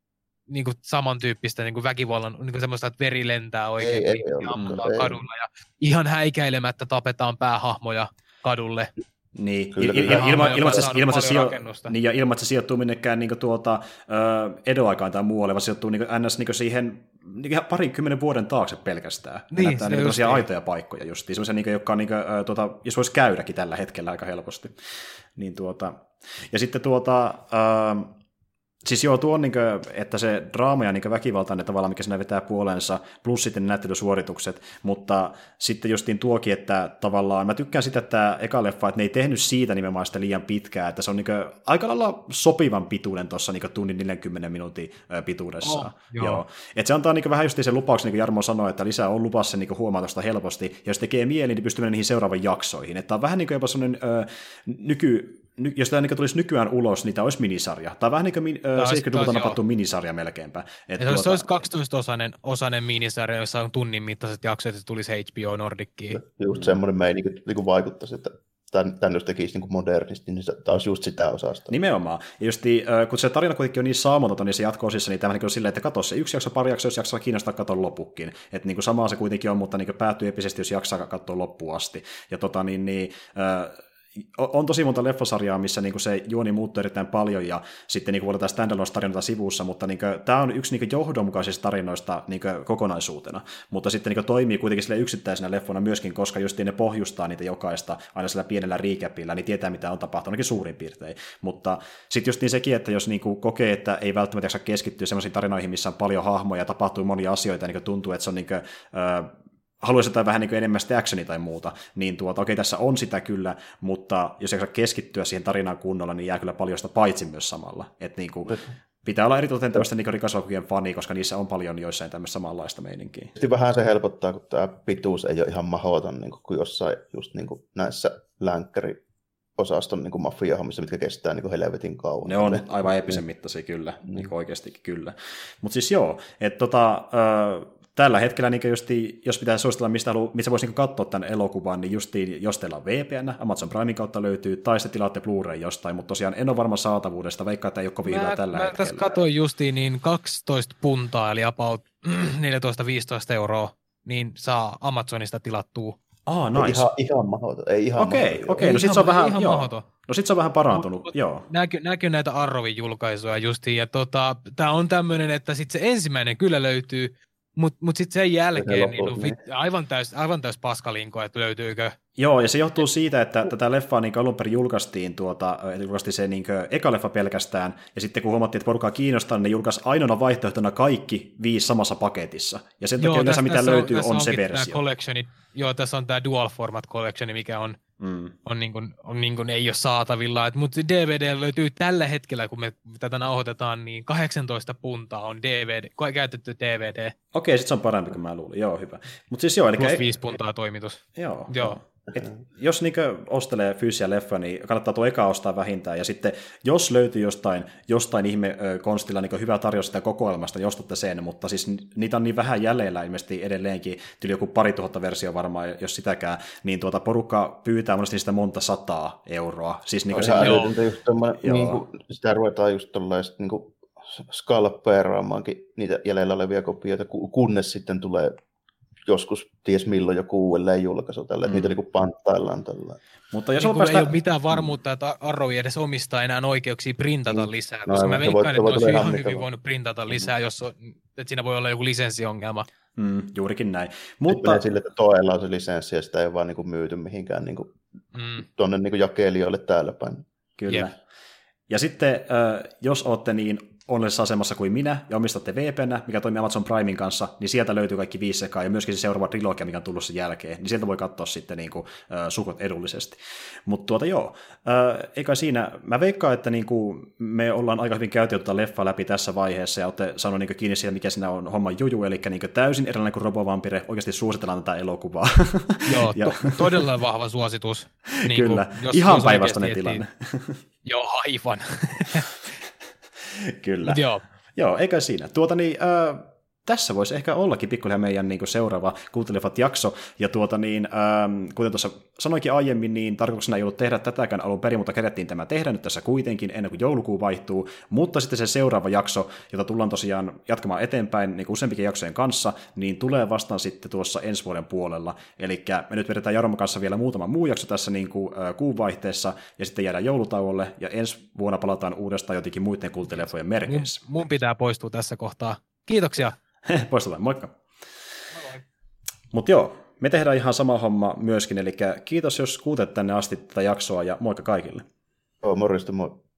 niinku samantyyppistä niinku väkivallan, niinku semmoista, että veri lentää oikein, ei, ei, ammutaan kadulla ja ihan häikäilemättä tapetaan päähahmoja kadulle. Niin, kyllä, il, il, ilman, ilman, se, ilman, se sijo, niin, ja ilman, että se sijoittuu minnekään niin tuota, uh, edoaikaan tai muualle, vaan se sijoittuu niin ns. Niin siihen niin ihan parinkymmenen vuoden taakse pelkästään. Niin, näyttää niin tämmöisiä niin. aitoja paikkoja justiin, semmoisia, niin jotka on, niin kuin, uh, tuota, jos voisi käydäkin tällä hetkellä aika helposti. Niin, tuota, ja sitten tuota... Uh, Siis joo, tuo on, niin kuin, että se draama ja niin väkivaltainen tavallaan, mikä siinä vetää puoleensa, plus sitten näyttelysuoritukset, mutta sitten justiin tuokin, että tavallaan, mä tykkään sitä, että eka leffa, että ne ei tehnyt siitä nimenomaan sitä liian pitkää, että se on niin kuin, aika lailla sopivan pituuden tuossa niin tunnin neljänkymmenen minuutin pituudessa. Oh, joo. Joo. Että se antaa niin vähän justiin sen lupauksen, niin kuin Jarmo sanoi, että lisää on lupassa niin huomaa tuosta helposti, ja jos tekee mieli, niin pystyy menemään niihin seuraaviin jaksoihin. Että on vähän niin kuin jopa sellainen ö, nyky... Jos tämä niin tulisi nykyään ulos, niin tämä olisi minisarja. Tämä on vähän niin kuin seitsemänkymmentäluvulta napattu minisarja melkeinpä. Et tuota... Se olisi kaksitoista-osainen osainen minisarja, jossa on tunnin mittaiset jaksot, että se tulisi H B O Nordickiin. Just semmoinen meininki niin vaikuttaisi, että tämän jos tekisi niin modernisti, niin tämä olisi just sitä osasta. Nimenomaan. Ja just, kun se tarina kuitenkin on niin saamaton, niin se jatko-osissa, niin tämä on silleen, että katso se yksi jakso, pari jakso, jos jaksaa kiinnostaa, katso lopukin. Että niin samaa se kuitenkin on, mutta niin päättyy episesti, jos jaksaa katsoa loppuun asti. Ja tota niin, niin äh, on tosi monta leffasarjaa, missä niinku se juoni muuttuu erittäin paljon, ja sitten niinku voidaan standalone-tarinoita sivussa, mutta niinku, tämä on yksi niinku johdonmukaisista tarinoista niinku kokonaisuutena, mutta sitten niinku toimii kuitenkin sille yksittäisenä leffona myöskin, koska just ne pohjustaa niitä jokaista aina sillä pienellä recapilla, niin tietää, mitä on tapahtunut, ainakin suurin piirtein. Mutta sitten just niin sekin, että jos niinku kokee, että ei välttämättä jaksa keskittyä sellaisiin tarinoihin, missä on paljon hahmoja ja tapahtuu monia asioita, niin tuntuu, että se on niinku, äh, haluaisi jotain vähän niin kuin enemmän sitä actionia tai muuta, niin tuota, okei, tässä on sitä kyllä, mutta jos ei saa keskittyä siihen tarinaan kunnolla, niin jää kyllä paljon sitä paitsi myös samalla. Että niin kuin, pitää olla eritoten tämmöistä niin rikasalkujen fani, koska niissä on paljon joissain tämmöistä samanlaista meininkiä. Sitten vähän se helpottaa, kun tämä pituus ei ole ihan mahdoton, niin kuin jossain just niin kuin näissä länkkäri osaston niin mafia-hommissa, mitkä kestää niin kuin helvetin kauan. Ne on aivan episen mittaisia kyllä, mm. niin oikeastikin kyllä. Mutta siis joo, että tota... Äh, tällä hetkellä, niin justi, jos pitää suositella, mistä, halu, mistä voisi niin katsoa tämän elokuvan, niin justiin, jos teillä on V P N, Amazon Primein kautta löytyy, tai sitten tilaatte Blu-ray jostain, mutta tosiaan en ole varma saatavuudesta, vaikka että ei ole kovin hyvä tällä mä hetkellä. Mä tässä katsoin justiin niin kaksitoista puntaa, eli about neljätoista viisitoista euroa, niin saa Amazonista tilattua. Ah, nice. Ihan, ihan mahdoton. Ei ihan okei, mahdoton. okei, no sit se on vähän, joo. No sit se on vähän parantunut, no, joo. Näkyy, näkyy näitä Arrowin julkaisuja justiin, ja tota, tää on tämmönen, että sit se ensimmäinen kyllä löytyy, Mutta mut sitten sen jälkeen se niin, loput, niin. aivan täys, aivan täys paskalinko, että löytyykö. Joo, ja se johtuu siitä, että tätä leffaa niin alun perin julkaistiin, tuota, julkaistiin se niin eka leffa pelkästään, ja sitten kun huomattiin, että porukkaa kiinnostaa, niin ne julkaisi ainoana vaihtoehtona kaikki viisi samassa paketissa. Ja sen takia yleensä mitä löytyy on, on se versio. Joo, tässä on tämä dual format collectioni, mikä on, mm. on, niin kuin, on niin kuin ei ole saatavilla. Mutta D V D löytyy tällä hetkellä, kun me tätä nauhoitetaan, niin kahdeksantoista puntaa on D V D, käytetty D V D. Okei, sitten se on parempi kuin mä luulin. Joo, hyvä. Mut siis joo, eli plus viisi puntaa toimitus. Joo. joo. Et jos niinkö ostelee fyysisiä leffoja, niin kannattaa tuo eka ostaa vähintään, ja sitten jos löytyy jostain, jostain ihme konstilla niin hyvä tarjous sitä kokoelmasta, niin ostatte sen, mutta siis niitä on niin vähän jäljellä ilmeisesti edelleenkin, tyyli joku pari tuhatta versio varmaan, jos sitäkään, niin tuota porukka pyytää monesti sitä monta sataa euroa. Siis niin kuin se, joo. Just niin kuin, sitä ruvetaan just tollaista niin kuin skalpeeraamaankin niitä jäljellä olevia kopioita, kunnes sitten tulee joskus ties milloin joku uudelleen julkaisu tällä, mm. niitä niin kuin panttaillaan tällä. Mutta jos niin päästä... ei ole mitään varmuutta, että Arrow edes omistaa enää oikeuksia printata mm. lisää, koska no, mä veikkaan, että olisi ihan hyvin vaan. voinut printata lisää, mm. jos on, että siinä voi olla joku lisenssiongelma. Mm, juurikin näin. Mutta sille, että toella on se lisenssi ja sitä ei vaan niin kuin myyty mihinkään niin kuin mm. tuonne niin kuin jakelijoille täällä päin. Kyllä. Yep. Ja sitten, äh, jos olette niin onnellisessa asemassa kuin minä, ja omistatte V P N, mikä toimii Amazon Primein kanssa, niin sieltä löytyy kaikki viisi sekaa, ja myöskin se seuraava trilogia, mikä on tullut sen jälkeen, niin sieltä voi katsoa sitten niin kuin, äh, sukot edullisesti. Mutta tuota joo, äh, eikä siinä, mä veikkaan, että niin kuin, me ollaan aika hyvin käyty tätä leffaa läpi tässä vaiheessa, ja olette saaneet niin kiinni siitä, mikä siinä on homman juju, eli niin kuin, täysin erilainen kuin Robovampire, oikeasti suositellaan tätä elokuvaa. Joo, ja... to- todella vahva suositus. Niin Kyllä, kuin, jos, ihan päinvastainen tilanne. Joo, aivan. Kyllä. Joo. Joo, eikä siinä. Tuota niin, äh, tässä voisi ehkä ollakin pikkuhiljaa meidän niin kuin seuraava Kuuntelefat jakso, ja tuota niin, ähm, kuten tuossa sanoinkin aiemmin, niin tarkoituksena ei ollut tehdä tätäkään alun perin, mutta kerettiin tämä tehdä nyt tässä kuitenkin ennen kuin joulukuu vaihtuu, mutta sitten se seuraava jakso, jota tullaan tosiaan jatkamaan eteenpäin niin kuin useampikin jaksojen kanssa, niin tulee vastaan sitten tuossa ensi vuoden puolella, eli me nyt vedetään Jaromon kanssa vielä muutama muu jakso tässä niin kuin, äh, kuun vaihteessa, ja sitten jäädään joulutauolle, ja ensi vuonna palataan uudestaan jotenkin muiden Kuuntelefojen merkeissä. Mun, mun pitää poistua tässä kohtaa. Kiitoksia. Poistetaan, moikka. Mutta joo, me tehdään ihan sama homma myöskin, eli kiitos jos kuuntelet tänne asti tätä jaksoa ja moikka kaikille. Joo, morjesta, moi.